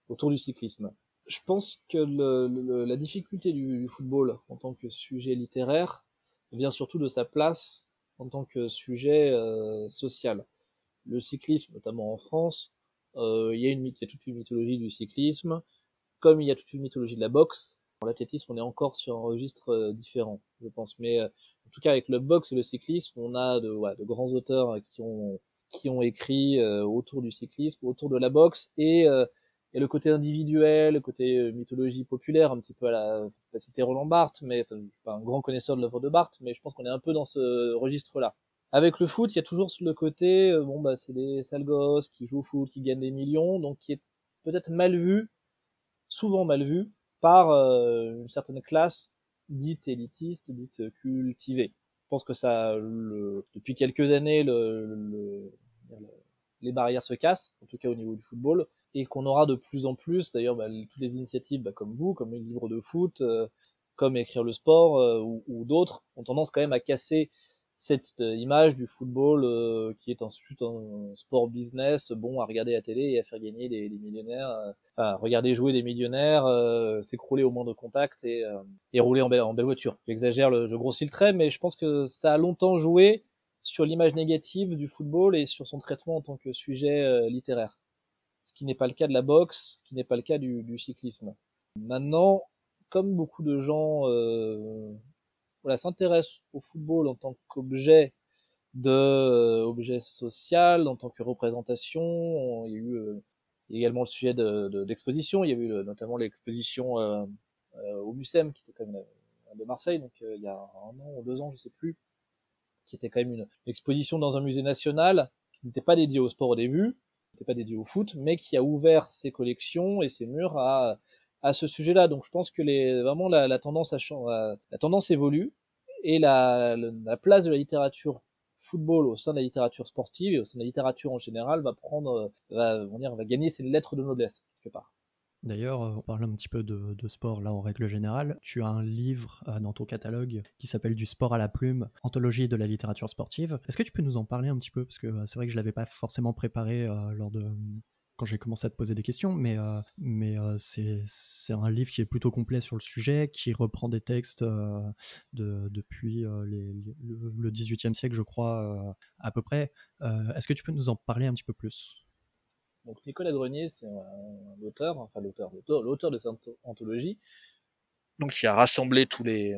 autour du cyclisme. Je pense que le, le, la difficulté du, du football en tant que sujet littéraire vient surtout de sa place en tant que sujet euh, social. Le cyclisme, notamment en France, euh, il y a une, il y a toute une mythologie du cyclisme, comme il y a toute une mythologie de la boxe. Pour l'athlétisme, on est encore sur un registre euh, différent, je pense. Mais euh, en tout cas, avec le boxe et le cyclisme, on a de, ouais, de grands auteurs qui ont qui ont écrit euh, autour du cyclisme, autour de la boxe et euh, et le côté individuel, le côté euh, mythologie populaire, un petit peu à la, je vais pas citer Roland Barthes, mais enfin, je suis pas un grand connaisseur de l'œuvre de Barthes, mais je pense qu'on est un peu dans ce registre-là. Avec le foot, il y a toujours le côté, euh, bon bah c'est des sales gosses qui jouent au foot, qui gagnent des millions, donc qui est peut-être mal vu, souvent mal vu, par euh, une certaine classe dite élitiste, dite cultivée. Je pense que ça, le, depuis quelques années, le, le, le, les barrières se cassent, en tout cas au niveau du football, et qu'on aura de plus en plus, d'ailleurs, bah, toutes les initiatives bah, comme vous, comme les livres de foot, euh, comme Écrire le sport euh, ou, ou d'autres, ont tendance quand même à casser cette euh, image du football euh, qui est un, juste un sport business, bon à regarder à la télé et à faire gagner les, les millionnaires, euh, enfin regarder jouer des millionnaires, euh, s'écrouler au moindre contact et, euh, et rouler en belle, en belle voiture. J'exagère, le, je grossis le trait, mais je pense que ça a longtemps joué sur l'image négative du football et sur son traitement en tant que sujet euh, littéraire. Ce qui n'est pas le cas de la boxe, ce qui n'est pas le cas du, du cyclisme. Maintenant, comme beaucoup de gens euh, voilà, s'intéressent au football en tant qu'objet de euh, objet social, en tant que représentation. Il y a eu euh, également le sujet de, de, d'exposition. Il y a eu euh, notamment l'exposition euh, euh, au Mucem, qui était quand même euh, de Marseille, donc euh, il y a un an ou deux ans, je sais plus, qui était quand même une, une exposition dans un musée national qui n'était pas dédié au sport au début, qui n'était pas dédié au foot, mais qui a ouvert ses collections et ses murs à à ce sujet-là. Donc je pense que les, vraiment la, la tendance a, la tendance évolue et la, la place de la littérature football au sein de la littérature sportive et au sein de la littérature en général va prendre, va, on va dire, va gagner ses lettres de noblesse quelque part.
D'ailleurs, on parle un petit peu de, de sport là en règle générale. Tu as un livre euh, dans ton catalogue qui s'appelle Du sport à la plume, anthologie de la littérature sportive. Est-ce que tu peux nous en parler un petit peu? Parce que euh, c'est vrai que je l'avais pas forcément préparé euh, lors de quand j'ai commencé à te poser des questions, mais, euh, mais euh, c'est, c'est un livre qui est plutôt complet sur le sujet, qui reprend des textes euh, de, depuis euh, les, les, le, le dix-huitième siècle, je crois, euh, à peu près. Euh, est-ce que tu peux nous en parler un petit peu plus?
Donc Nicolas Grenier, c'est un, un auteur, enfin l'auteur, l'auteur, l'auteur de cette anthologie, donc qui a rassemblé tous les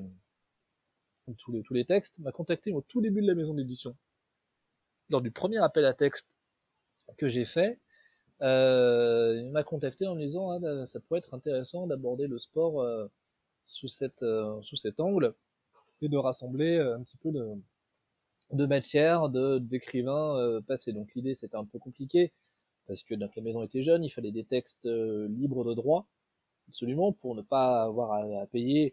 tous les tous les textes, m'a contacté au tout début de la maison d'édition lors du premier appel à texte que j'ai fait. Euh, il m'a contacté en me disant ah, bah, ça pourrait être intéressant d'aborder le sport euh, sous cette euh, sous cet angle et de rassembler un petit peu de de matière de d'écrivains euh, passés. Donc l'idée c'était un peu compliqué parce que donc la maison était jeune, il fallait des textes euh, libres de droit absolument pour ne pas avoir à, à payer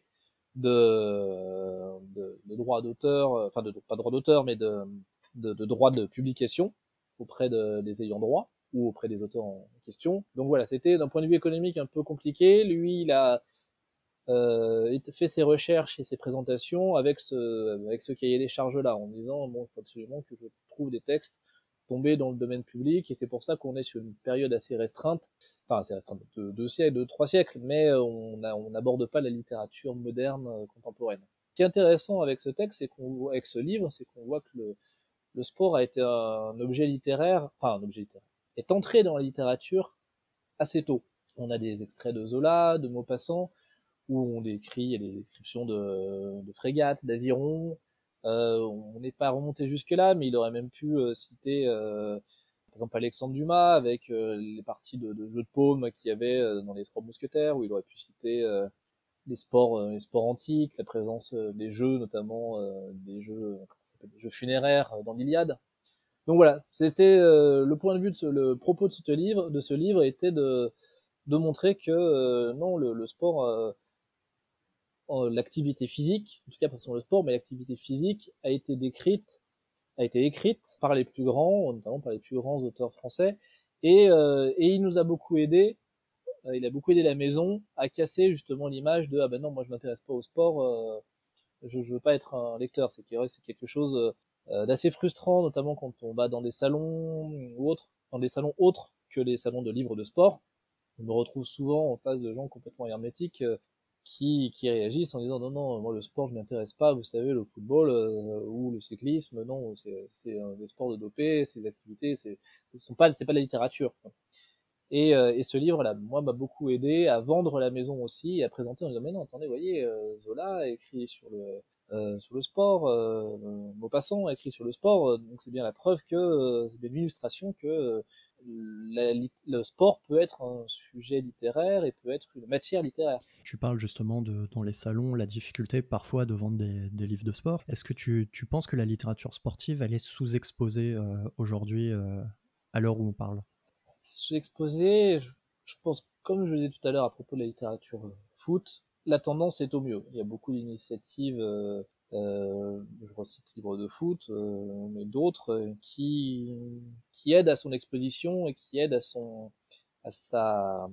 de, de, de droits d'auteur, enfin de pas de droits d'auteur mais de, de, de droits de publication auprès de, des ayants droit ou auprès des auteurs en question. Donc voilà, c'était d'un point de vue économique un peu compliqué. Lui, il a euh, fait ses recherches et ses présentations avec ce, avec ce cahier des charges-là, en disant bon, il faut absolument que je trouve des textes tombés dans le domaine public, et c'est pour ça qu'on est sur une période assez restreinte, enfin assez restreinte, de deux siècles, de trois siècles, mais on n'aborde pas la littérature moderne euh, contemporaine. Ce qui est intéressant avec ce texte, c'est qu'on, avec ce livre, c'est qu'on voit que le, le sport a été un objet littéraire, enfin un objet littéraire, est entré dans la littérature assez tôt. On a des extraits de Zola, de Maupassant, où on décrit, il y a des descriptions de, de frégates, d'avirons. Euh, on n'est pas remonté jusque-là, mais il aurait même pu euh, citer, euh, par exemple, Alexandre Dumas, avec euh, les parties de, de jeux de paume qu'il y avait euh, dans les Trois Mousquetaires, où il aurait pu citer euh, les sports, euh, les sports antiques, la présence euh, des jeux, notamment euh, des jeux, comment ça s'appelle, des jeux funéraires euh, dans l'Iliade. Donc voilà, c'était euh, le point de vue de ce, le propos de ce livre, de ce livre était de, de montrer que euh, non, le, le sport euh, l'activité physique, en tout cas pas sur le sport, mais l'activité physique a été décrite, a été écrite par les plus grands, notamment par les plus grands auteurs français, et, euh, et il nous a beaucoup aidé, euh, il a beaucoup aidé la maison à casser justement l'image de ah ben non, moi je m'intéresse pas au sport, euh, je, je veux pas être un lecteur. C'est vrai que c'est quelque chose euh, d'assez frustrant, notamment quand on va dans des salons ou autres, dans des salons autres que les salons de livres de sport, je me retrouve souvent en face de gens complètement hermétiques euh, qui, qui réagissent en disant non, non, moi le sport je m'intéresse pas, vous savez, le football euh, ou le cyclisme, non, c'est, c'est euh, des sports de dopés, c'est des activités, c'est, ce sont pas, c'est pas de la littérature. Quoi. Et, euh, et ce livre-là, moi, m'a beaucoup aidé à vendre la maison aussi et à présenter en disant mais non, attendez, voyez, euh, Zola a écrit sur le euh, sur le sport, euh, Maupassant a écrit sur le sport, euh, donc c'est bien la preuve que euh, c'est bien une illustration que euh, la, le sport peut être un sujet littéraire et peut être une matière littéraire.
Tu parles justement de, dans les salons, la difficulté parfois de vendre des, des livres de sport. Est-ce que tu, tu penses que la littérature sportive, elle est sous-exposée euh, aujourd'hui euh, à l'heure où on parle?
Sous-exposé, je, je pense, comme je le disais tout à l'heure à propos de la littérature euh, foot, la tendance est au mieux. Il y a beaucoup d'initiatives, euh, euh, je recite Livre de foot, euh, mais d'autres euh, qui, qui aident à son exposition et qui aident à son, à sa,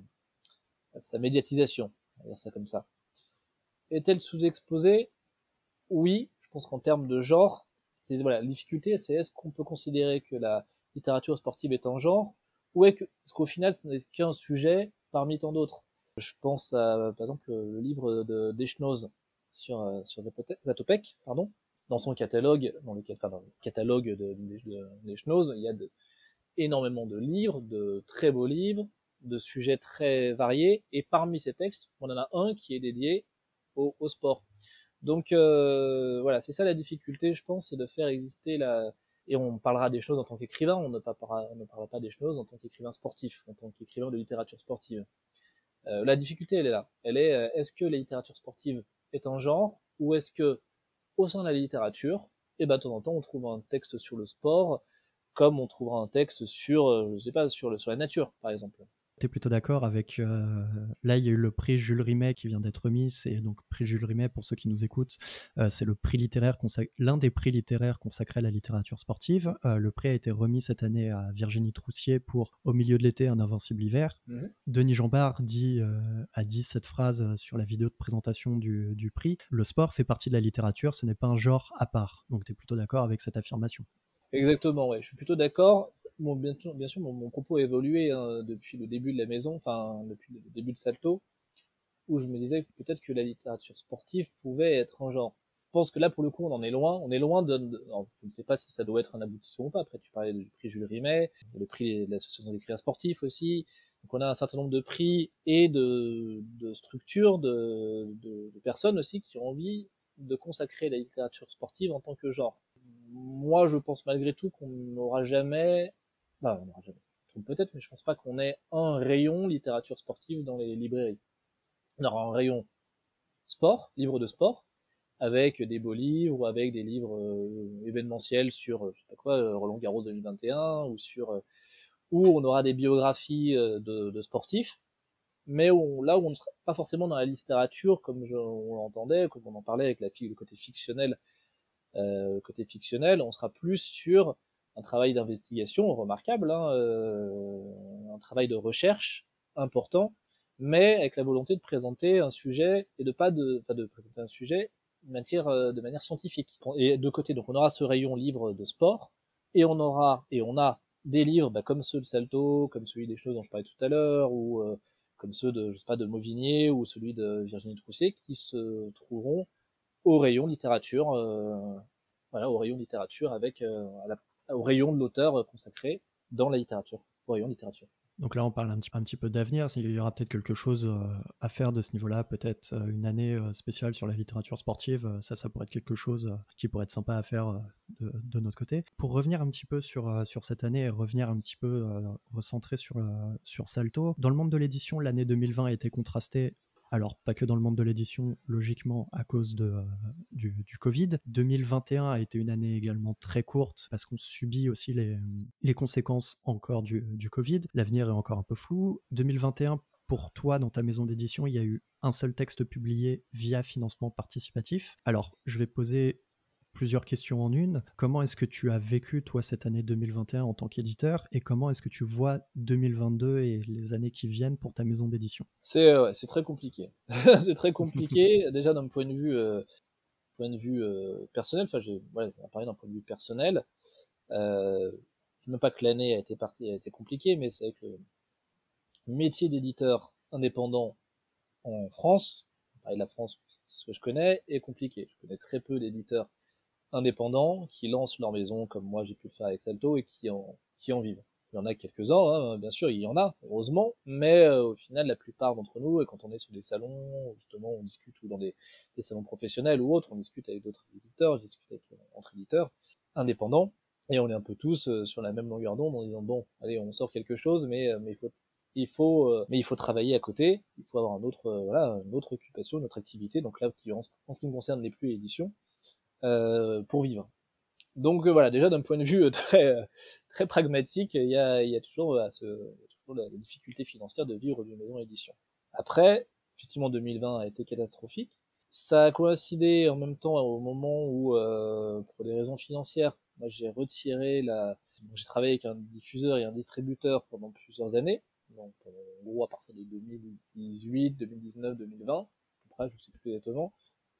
à sa médiatisation, on va dire ça comme ça. Est-elle sous-exposée? Oui, je pense qu'en termes de genre, c'est voilà, la difficulté, c'est est-ce qu'on peut considérer que la littérature sportive est un genre, ou est-ce qu'au final ce n'est qu'un sujet parmi tant d'autres. Je pense à, par exemple, le livre de Deschnoz sur, euh, sur Zatopek, pardon, dans son catalogue, dans le, enfin, dans le catalogue de, de, de Deschnoz, il y a de, énormément de livres, de très beaux livres, de sujets très variés, et parmi ces textes, on en a un qui est dédié au, au sport. Donc euh, voilà, c'est ça la difficulté, je pense, c'est de faire exister la... Et on parlera des choses en tant qu'écrivain, on ne parlera, on ne parlera pas des choses en tant qu'écrivain sportif, en tant qu'écrivain de littérature sportive. Euh, la difficulté, elle est là. Elle est, euh, est-ce que la littérature sportive est un genre, ou est-ce que, au sein de la littérature, et ben, de temps en temps, on trouve un texte sur le sport, comme on trouvera un texte sur, euh, je sais pas, sur, le, sur la nature, par exemple.
Tu es plutôt d'accord avec... euh, là, il y a eu le prix Jules Rimet qui vient d'être remis. C'est donc prix Jules Rimet, pour ceux qui nous écoutent, euh, c'est le prix littéraire consac- l'un des prix littéraires consacrés à la littérature sportive. Euh, le prix a été remis cette année à Virginie Troussier pour Au milieu de l'été, un invincible hiver.
Mm-hmm.
Denis Jambard dit, euh, a dit cette phrase sur la vidéo de présentation du, du prix: le sport fait partie de la littérature, ce n'est pas un genre à part. Donc tu es plutôt d'accord avec cette affirmation?
Exactement, ouais, je suis plutôt d'accord. Bon, bien sûr, bien sûr mon, mon propos a évolué hein, depuis le début de la maison, enfin depuis le début de Salto, où je me disais que peut-être que la littérature sportive pouvait être un genre. Je pense que là, pour le coup, on en est loin. On est loin de... de alors, je ne sais pas si ça doit être un aboutissement ou pas. Après, tu parlais du prix Jules Rimet, le prix de l'association d'écrivains sportifs aussi. Donc on a un certain nombre de prix et de, de structures, de, de, de personnes aussi qui ont envie de consacrer la littérature sportive en tant que genre. Moi, je pense malgré tout qu'on n'aura jamais... Enfin, on n'aura jamais. Peut-être, mais je pense pas qu'on ait un rayon littérature sportive dans les librairies. On aura un rayon sport, livres de sport, avec des beaux livres ou avec des livres euh, événementiels sur, euh, je sais pas quoi, euh, Roland Garros deux mille vingt et un ou sur euh, où on aura des biographies euh, de, de sportifs, mais où, là où on ne sera pas forcément dans la littérature comme je, on l'entendait, comme on en parlait avec la, le côté fictionnel, euh, côté fictionnel, on sera plus sur un travail d'investigation remarquable, hein, euh, un travail de recherche important, mais avec la volonté de présenter un sujet et de pas de, enfin de présenter un sujet de manière, euh, de manière scientifique. Et de côté, donc on aura ce rayon livre de sport, et on aura, et on a des livres bah, comme ceux de Salto, comme celui des choses dont je parlais tout à l'heure, ou euh, comme ceux de, je sais pas, de Mauvigné ou celui de Virginie Troussier, qui se trouveront au rayon littérature, euh, voilà, au rayon littérature avec euh, à la, au rayon de l'auteur consacré dans la littérature, au rayon littérature.
Donc là, on parle un petit, un petit peu d'avenir. Il y aura peut-être quelque chose euh, à faire de ce niveau-là, peut-être euh, une année euh, spéciale sur la littérature sportive. Euh, ça, ça pourrait être quelque chose euh, qui pourrait être sympa à faire euh, de, de notre côté. Pour revenir un petit peu sur, euh, sur cette année et revenir un petit peu euh, recentrer sur, euh, sur Salto, dans le monde de l'édition, l'année deux mille vingt a été contrastée. Alors, pas que dans le monde de l'édition, logiquement, à cause de, euh, du, du Covid. deux mille vingt et un a été une année également très courte, parce qu'on subit aussi les, les conséquences encore du, du Covid. L'avenir est encore un peu flou. deux mille vingt et un, pour toi, dans ta maison d'édition, il y a eu un seul texte publié via financement participatif. Alors, je vais poser plusieurs questions en une. Comment est-ce que tu as vécu, toi, cette année deux mille vingt et un en tant qu'éditeur, et comment est-ce que tu vois deux mille vingt-deux et les années qui viennent pour ta maison d'édition?
C'est euh, ouais, c'est très compliqué. C'est très compliqué déjà d'un point de vue euh, point de vue euh, personnel. Enfin, j'ai ouais, on va parler d'un point de vue personnel. Euh, je ne veux pas que l'année a été partie, a été compliquée, mais c'est vrai que métier d'éditeur indépendant en France, pareil, la France, c'est ce que je connais, est compliqué. Je connais très peu d'éditeurs indépendants qui lancent leur maison comme moi j'ai pu le faire avec Salto et qui en, qui en vivent. Il y en a quelques-uns, hein, bien sûr, il y en a, heureusement, mais euh, au final, la plupart d'entre nous, et quand on est sur des salons, justement, on discute, ou dans des, des salons professionnels ou autres, on discute avec d'autres éditeurs, je discute avec, euh, entre éditeurs indépendants, et on est un peu tous euh, sur la même longueur d'onde en disant, bon, allez, on sort quelque chose, mais, euh, mais il faut il faut, euh, mais il faut travailler à côté, il faut avoir un autre, euh, voilà, une autre occupation, une autre activité. Donc là, en ce, en ce qui me concerne, n'est plus l'édition, euh, pour vivre. Donc euh, voilà, déjà d'un point de vue euh, très euh, très pragmatique, il y a, il y a toujours, euh, ce, il y a toujours la, la difficulté financière de vivre d'une maison d'édition. Après, effectivement, deux mille vingt a été catastrophique. Ça a coïncidé en même temps au moment où, euh, pour des raisons financières, moi j'ai retiré la, j'ai travaillé avec un diffuseur et un distributeur pendant plusieurs années, donc en gros à partir de deux mille dix-huit, deux mille dix-neuf, deux mille vingt, à peu près, je sais plus exactement.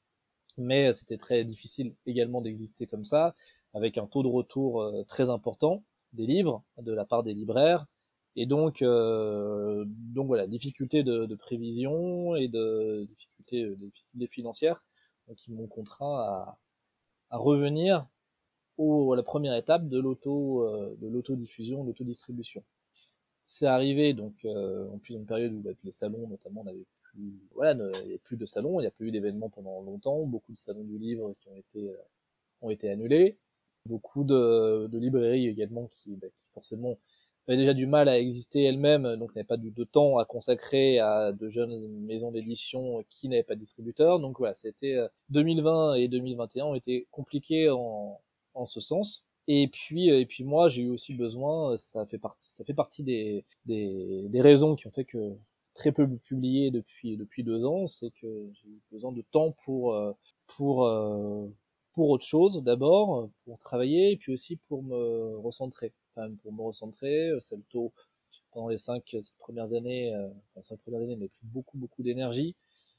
Mais c'était très difficile également d'exister comme ça, avec un taux de retour euh, très important des livres de la part des libraires, et donc, euh, donc voilà, difficulté de, de prévision et de difficultés, de difficultés financières, donc qui m'ont contraint à, à revenir au, à la première étape de l'auto, euh, de l'autodiffusion, de l'autodistribution. C'est arrivé donc euh, en plus une période où bah, les salons notamment n'avaient plus, voilà, ne, il n'y avait plus de salons, il n'y a plus eu d'événements pendant longtemps, beaucoup de salons du livre qui ont été euh, ont été annulés, beaucoup de, de librairies également qui, bah, qui forcément avaient déjà du mal à exister elles-mêmes, donc n'avaient pas du de temps à consacrer à de jeunes maisons d'édition qui n'avaient pas de distributeurs. Donc voilà, c'était euh, deux mille vingt et deux mille vingt et un ont été compliqués en, en ce sens. Et puis, et puis moi, j'ai eu aussi besoin, ça fait partie, ça fait partie des, des, des raisons qui ont fait que très peu publié depuis depuis deux ans, c'est que j'ai eu besoin de temps pour pour pour autre chose d'abord, pour travailler et puis aussi pour me recentrer. Enfin, pour me recentrer, Salto pendant les cinq premières années, euh, enfin, cinq premières années, m'a pris beaucoup beaucoup d'énergie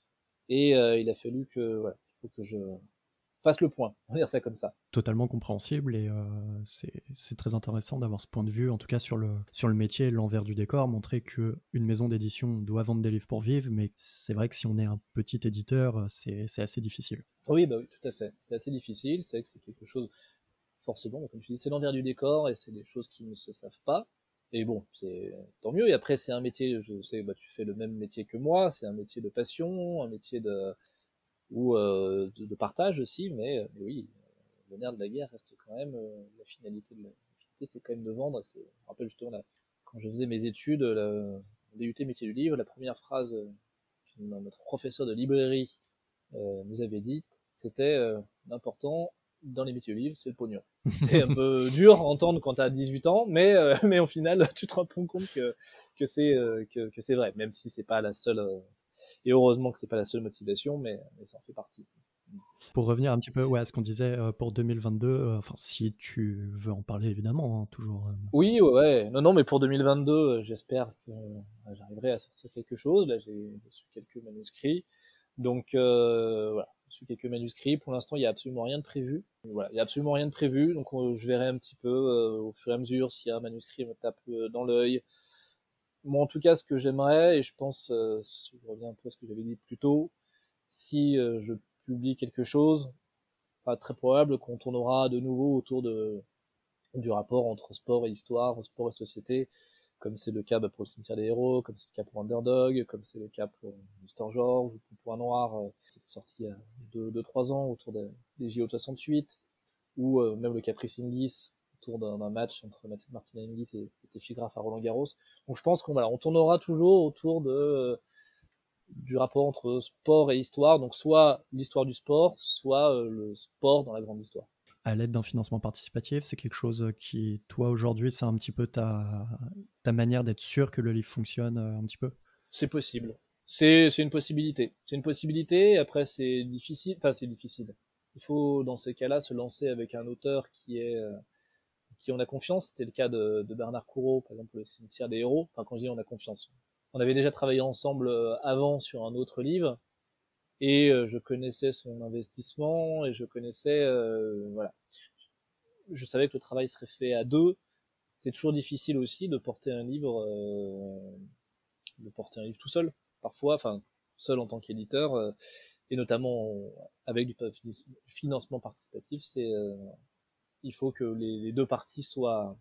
et euh, il a fallu que, voilà, il faut que je fasse le point, on va dire ça comme ça.
Totalement compréhensible et euh, c'est c'est très intéressant d'avoir ce point de vue, en tout cas sur le, sur le métier, l'envers du décor, montrer qu'une maison d'édition doit vendre des livres pour vivre, mais c'est vrai que si on est un petit éditeur, c'est c'est assez difficile.
Oui, bah oui, tout à fait. C'est assez difficile, c'est vrai que c'est quelque chose, forcément, comme tu dis, c'est l'envers du décor et c'est des choses qui ne se savent pas. Et bon, c'est tant mieux. Et après, c'est un métier, je sais, bah, tu fais le même métier que moi, c'est un métier de passion, un métier de, ou euh, de, de partage aussi, mais, mais oui, le nerf de la guerre reste quand même euh, la finalité de la, la finalité, c'est quand même de vendre. C'est, je me rappelle justement là, quand je faisais mes études, le D U T métier du livre, la première phrase que notre professeur de librairie euh, nous avait dit, c'était euh, l'important dans les métiers du livre, c'est le pognon. C'est un peu dur à entendre quand tu as dix-huit ans, mais, euh, mais au final, tu te rends compte que, que, c'est, euh, que, que c'est vrai, même si c'est pas la seule, euh, et heureusement que c'est pas la seule motivation, mais, mais ça en fait partie.
Pour revenir un petit peu ouais, à ce qu'on disait euh, pour deux mille vingt-deux, euh, enfin si tu veux en parler évidemment, hein, toujours. euh.
Oui, ouais, ouais, non, non, mais pour deux mille vingt-deux, euh, j'espère que euh, j'arriverai à sortir quelque chose. Là, j'ai reçu quelques manuscrits. Donc euh, voilà, j'ai reçu quelques manuscrits. Pour l'instant, il n'y a absolument rien de prévu. Voilà, il n'y a absolument rien de prévu. Donc euh, je verrai un petit peu euh, au fur et à mesure s'il y a un manuscrit qui me tape euh, dans l'œil. Moi, en tout cas, ce que j'aimerais, et je pense, euh, je reviens un peu à ce que j'avais dit plus tôt, si euh, je publie quelque chose, pas très probable qu'on tournera de nouveau autour de du rapport entre sport et histoire, sport et société, comme c'est le cas bah, pour le cimetière des héros, comme c'est le cas pour Underdog, comme c'est le cas pour Mister George, ou pour Point Noir, euh, qui est sorti il y a deux trois ans autour des, des J O de soixante-huit, ou euh, même le Caprice Hingis, autour d'un match entre Martina Hingis et Steffi Graf à Roland Garros. Donc je pense qu'on voilà, on tournera toujours autour de euh, du rapport entre sport et histoire, donc soit l'histoire du sport, soit euh, le sport dans la grande histoire.
À l'aide d'un financement participatif, c'est quelque chose qui, toi, aujourd'hui, c'est un petit peu ta, ta manière d'être sûr que le livre fonctionne euh, un petit peu.
C'est possible. C'est, c'est une possibilité. C'est une possibilité. Après, c'est difficile. Enfin, c'est difficile. Il faut, dans ces cas-là, se lancer avec un auteur qui est, euh, qui on a confiance. C'était le cas de, de Bernard Courreau, par exemple, pour le cimetière des héros. Enfin, quand je dis on a confiance. On avait déjà travaillé ensemble euh, avant sur un autre livre. Et euh, je connaissais son investissement et je connaissais, euh, voilà. Je savais que le travail serait fait à deux. C'est toujours difficile aussi de porter un livre, euh, de porter un livre tout seul, parfois, enfin seul en tant qu'éditeur, euh, et notamment avec du financement participatif, c'est euh, il faut que les, les deux parties soient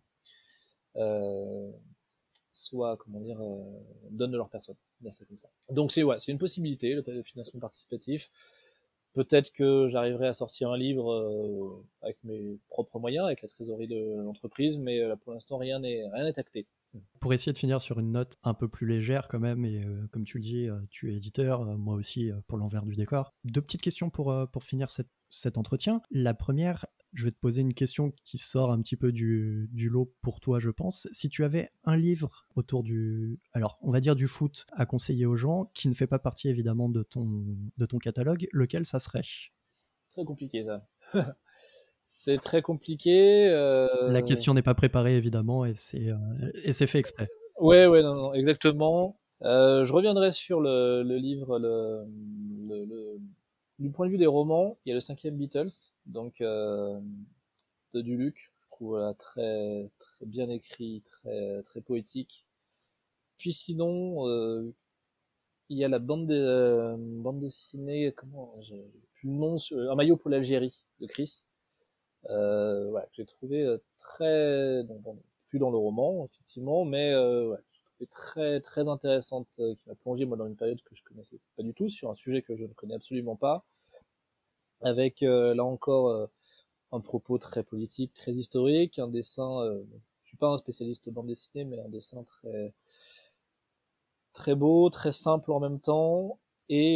euh, soient comment dire euh, donnent de leur personne, dire ça comme ça. Donc c'est ouais, c'est une possibilité le financement participatif. Peut-être que j'arriverai à sortir un livre euh, avec mes propres moyens, avec la trésorerie de l'entreprise, mais euh, pour l'instant rien n'est rien n'est acté.
Pour essayer de finir sur une note un peu plus légère quand même, et euh, comme tu le dis, euh, tu es éditeur, euh, moi aussi euh, pour l'envers du décor. Deux petites questions pour, euh, pour finir cette, cet entretien. La première, je vais te poser une question qui sort un petit peu du, du lot pour toi, je pense. Si tu avais un livre autour du, alors on va dire du foot à conseiller aux gens, qui ne fait pas partie évidemment de ton, de ton catalogue, lequel ça serait?
Très compliqué ça. C'est très compliqué. Euh...
La question n'est pas préparée évidemment, et c'est, euh, et c'est fait exprès.
Ouais, ouais, non, non, exactement. Euh, je reviendrai sur le, le livre, le, le, le, du point de vue des romans, il y a le cinquième Beatles, donc euh, de Duluc, je trouve voilà, très, très bien écrit, très, très poétique. Puis sinon, euh, il y a la bande, de, euh, bande dessinée, comment, j'ai plus le nom, sur, Un maillot pour l'Algérie de Chris, euh, voilà, que j'ai trouvé euh, très, bon, bon, plus dans le roman effectivement, mais euh, ouais, j'ai trouvé très très intéressante, euh, qui m'a plongé moi dans une période que je connaissais pas du tout, sur un sujet que je ne connais absolument pas, avec euh, là encore euh, un propos très politique, très historique, un dessin. Euh, je suis pas un spécialiste de bande dessinée, mais un dessin très très beau, très simple en même temps, et,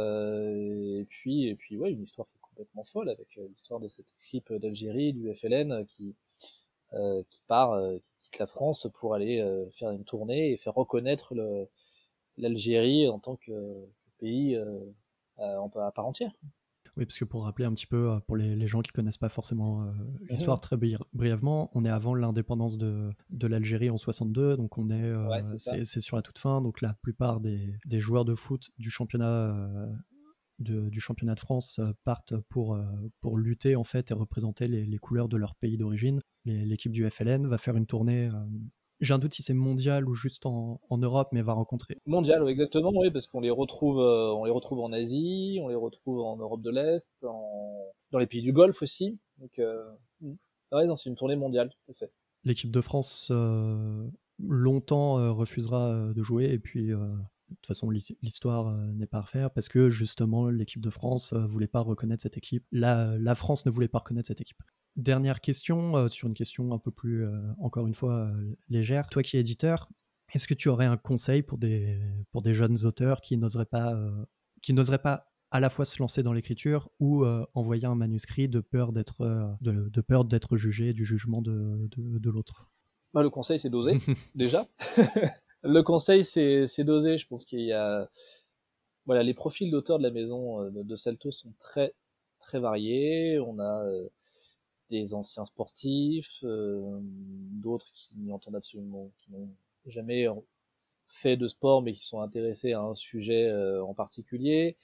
euh, et puis et puis ouais, une histoire qui est complètement folle avec euh, l'histoire de cette équipe d'Algérie du F L N qui euh, qui part, euh, qui quitte la France pour aller euh, faire une tournée et faire reconnaître le, l'Algérie en tant que, que pays euh, à, à part entière.
Oui, parce que pour rappeler un petit peu, euh, pour les, les gens qui connaissent pas forcément euh, l'histoire
Mhm.
très bri- brièvement, on est avant l'indépendance de, de l'Algérie en soixante-deux, donc on est,
Ouais,
euh,
c'est ça.
c'est, c'est sur la toute fin, donc la plupart des, des joueurs de foot du championnat, euh, de, du championnat de France euh, partent pour, euh, pour lutter en fait et représenter les, les couleurs de leur pays d'origine. Les- l'équipe du F L N va faire une tournée, euh, j'ai un doute si c'est mondial ou juste en, en Europe, mais va rencontrer.
Mondial, ouais, exactement, oui, parce qu'on les retrouve, euh, on les retrouve en Asie, on les retrouve en Europe de l'Est, en... dans les pays du Golfe aussi. Donc, euh... ouais, non, c'est une tournée mondiale, tout à fait.
L'équipe de France euh, longtemps euh, refusera euh, de jouer, et puis euh, de toute façon l'histoire euh, n'est pas à refaire parce que justement l'équipe de France euh, voulait pas reconnaître cette équipe. La, la France ne voulait pas reconnaître cette équipe. Dernière question, euh, sur une question un peu plus, euh, encore une fois, euh, légère. Toi qui es éditeur, est-ce que tu aurais un conseil pour des, pour des jeunes auteurs qui n'oseraient pas, euh, qui n'oseraient pas à la fois se lancer dans l'écriture ou euh, envoyer un manuscrit de peur d'être, euh, de, de peur d'être jugé du jugement de, de, de l'autre?
Bah, le conseil, c'est d'oser, déjà. Le conseil, c'est, c'est d'oser. Je pense qu'il y a, voilà, les profils d'auteurs de la maison euh, de, de Salto sont très, très variés. On a euh, des anciens sportifs, euh, d'autres qui n'y entendent absolument, qui n'ont jamais fait de sport, mais qui sont intéressés à un sujet euh, en particulier.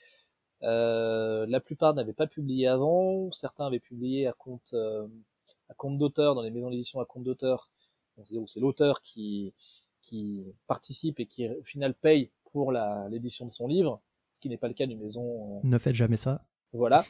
Euh, la plupart n'avaient pas publié avant. Certains avaient publié à compte, euh, à compte d'auteur dans les maisons d'édition à compte d'auteur. Donc c'est, c'est l'auteur qui, qui participe et qui au final paye pour la, l'édition de son livre, ce qui n'est pas le cas d'une maison. Euh,
Ne faites jamais ça.
voilà.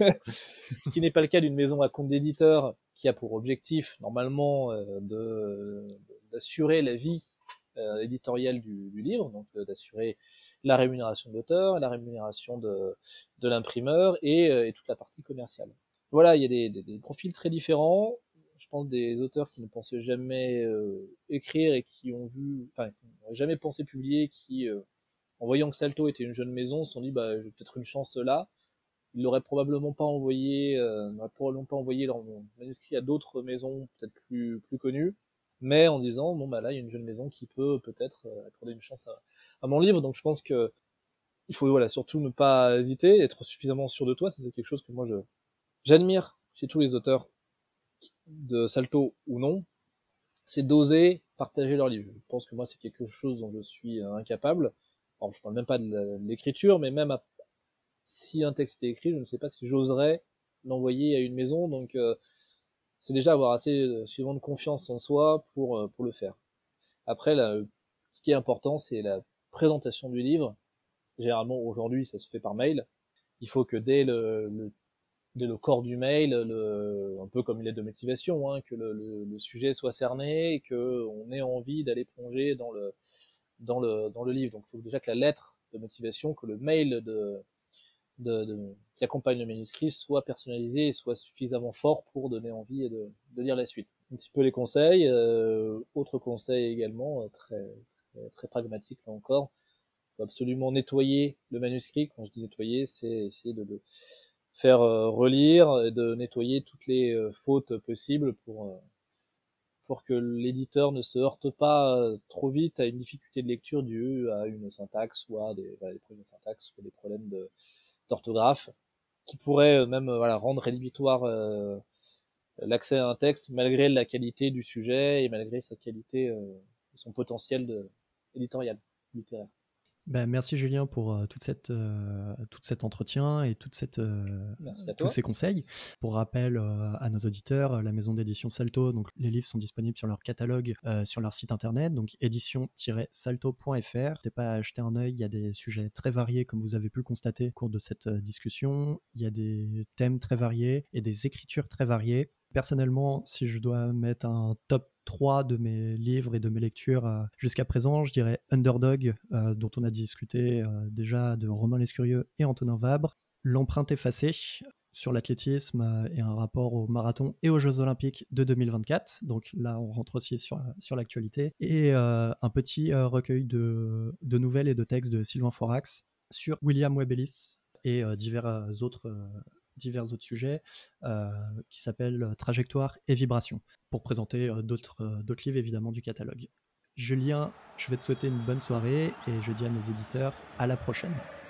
Ce qui n'est pas le cas d'une maison à compte d'éditeur qui a pour objectif normalement euh, de, d'assurer la vie euh, éditoriale du, du livre, donc euh, d'assurer la rémunération de l'auteur, la rémunération de, de l'imprimeur et, euh, et toute la partie commerciale. Voilà, il y a des, des, des profils très différents. Je pense des auteurs qui ne pensaient jamais euh, écrire et qui ont vu, enfin, qui n'auraient jamais pensé publier, qui, euh, en voyant que Salto était une jeune maison, se sont dit, bah, j'ai peut-être une chance là. Ils n'auraient probablement pas envoyé, euh, n'auraient probablement pas envoyé leur manuscrit à d'autres maisons peut-être plus, plus connues, mais en disant, bon, bah là, il y a une jeune maison qui peut peut-être euh, accorder une chance à, à mon livre. Donc je pense que il faut voilà, surtout ne pas hésiter, être suffisamment sûr de toi. Ça, c'est quelque chose que moi, je, j'admire chez tous les auteurs de Salto ou non, c'est d'oser partager leur livre. Je pense que moi, c'est quelque chose dont je suis incapable. Alors, je parle même pas de l'écriture, mais même à si un texte est écrit, je ne sais pas si j'oserais l'envoyer à une maison, donc euh, c'est déjà avoir assez euh, suffisamment de confiance en soi pour, euh, pour le faire. Après, là, ce qui est important, c'est la présentation du livre, généralement aujourd'hui ça se fait par mail, il faut que dès le, le, dès le corps du mail, le, un peu comme une lettre de motivation, hein, que le, le, le sujet soit cerné et qu'on ait envie d'aller plonger dans le, dans le, dans le livre. Donc il faut déjà que la lettre de motivation, que le mail de, de, de, qui accompagne le manuscrit soit personnalisé et soit suffisamment fort pour donner envie de, de lire la suite. Un petit peu les conseils. Euh, autre conseil également, très, très, très pragmatique là encore, il faut absolument nettoyer le manuscrit. Quand je dis nettoyer, c'est essayer de le faire euh, relire et de nettoyer toutes les euh, fautes possibles pour, euh, pour que l'éditeur ne se heurte pas euh, trop vite à une difficulté de lecture due à une syntaxe, soit des, voilà, des problèmes de syntaxe, soit des problèmes de, d'orthographe, qui pourraient euh, même euh, voilà, rendre rédhibitoire euh, l'accès à un texte malgré la qualité du sujet et malgré sa qualité euh, et son potentiel de, éditorial, littéraire.
Ben, merci Julien pour euh, toute cette, euh, tout cet entretien et toute cette, euh,
Merci à
tous
toi.
ces conseils. Pour rappel euh, à nos auditeurs, la maison d'édition Salto, donc les livres sont disponibles sur leur catalogue, euh, sur leur site internet, donc édition tiret salto point f r. N'hésitez pas à jeter un œil, il y a des sujets très variés comme vous avez pu le constater au cours de cette euh, discussion. Il y a des thèmes très variés et des écritures très variées. Personnellement, si je dois mettre un top trois de mes livres et de mes lectures euh, jusqu'à présent, je dirais Underdog, euh, dont on a discuté euh, déjà, de Romain Lescurieux et Antonin Vabre, L'empreinte effacée sur l'athlétisme euh, et un rapport au marathon et aux Jeux Olympiques de deux mille vingt-quatre. Donc là, on rentre aussi sur, sur l'actualité. Et euh, un petit euh, recueil de, de nouvelles et de textes de Sylvain Forax sur William Webelis et euh, divers euh, autres euh, divers autres sujets euh, qui s'appellent Trajectoire et Vibration, pour présenter euh, d'autres, euh, d'autres livres évidemment du catalogue. Julien, je vais te souhaiter une bonne soirée et je dis à mes éditeurs à la prochaine.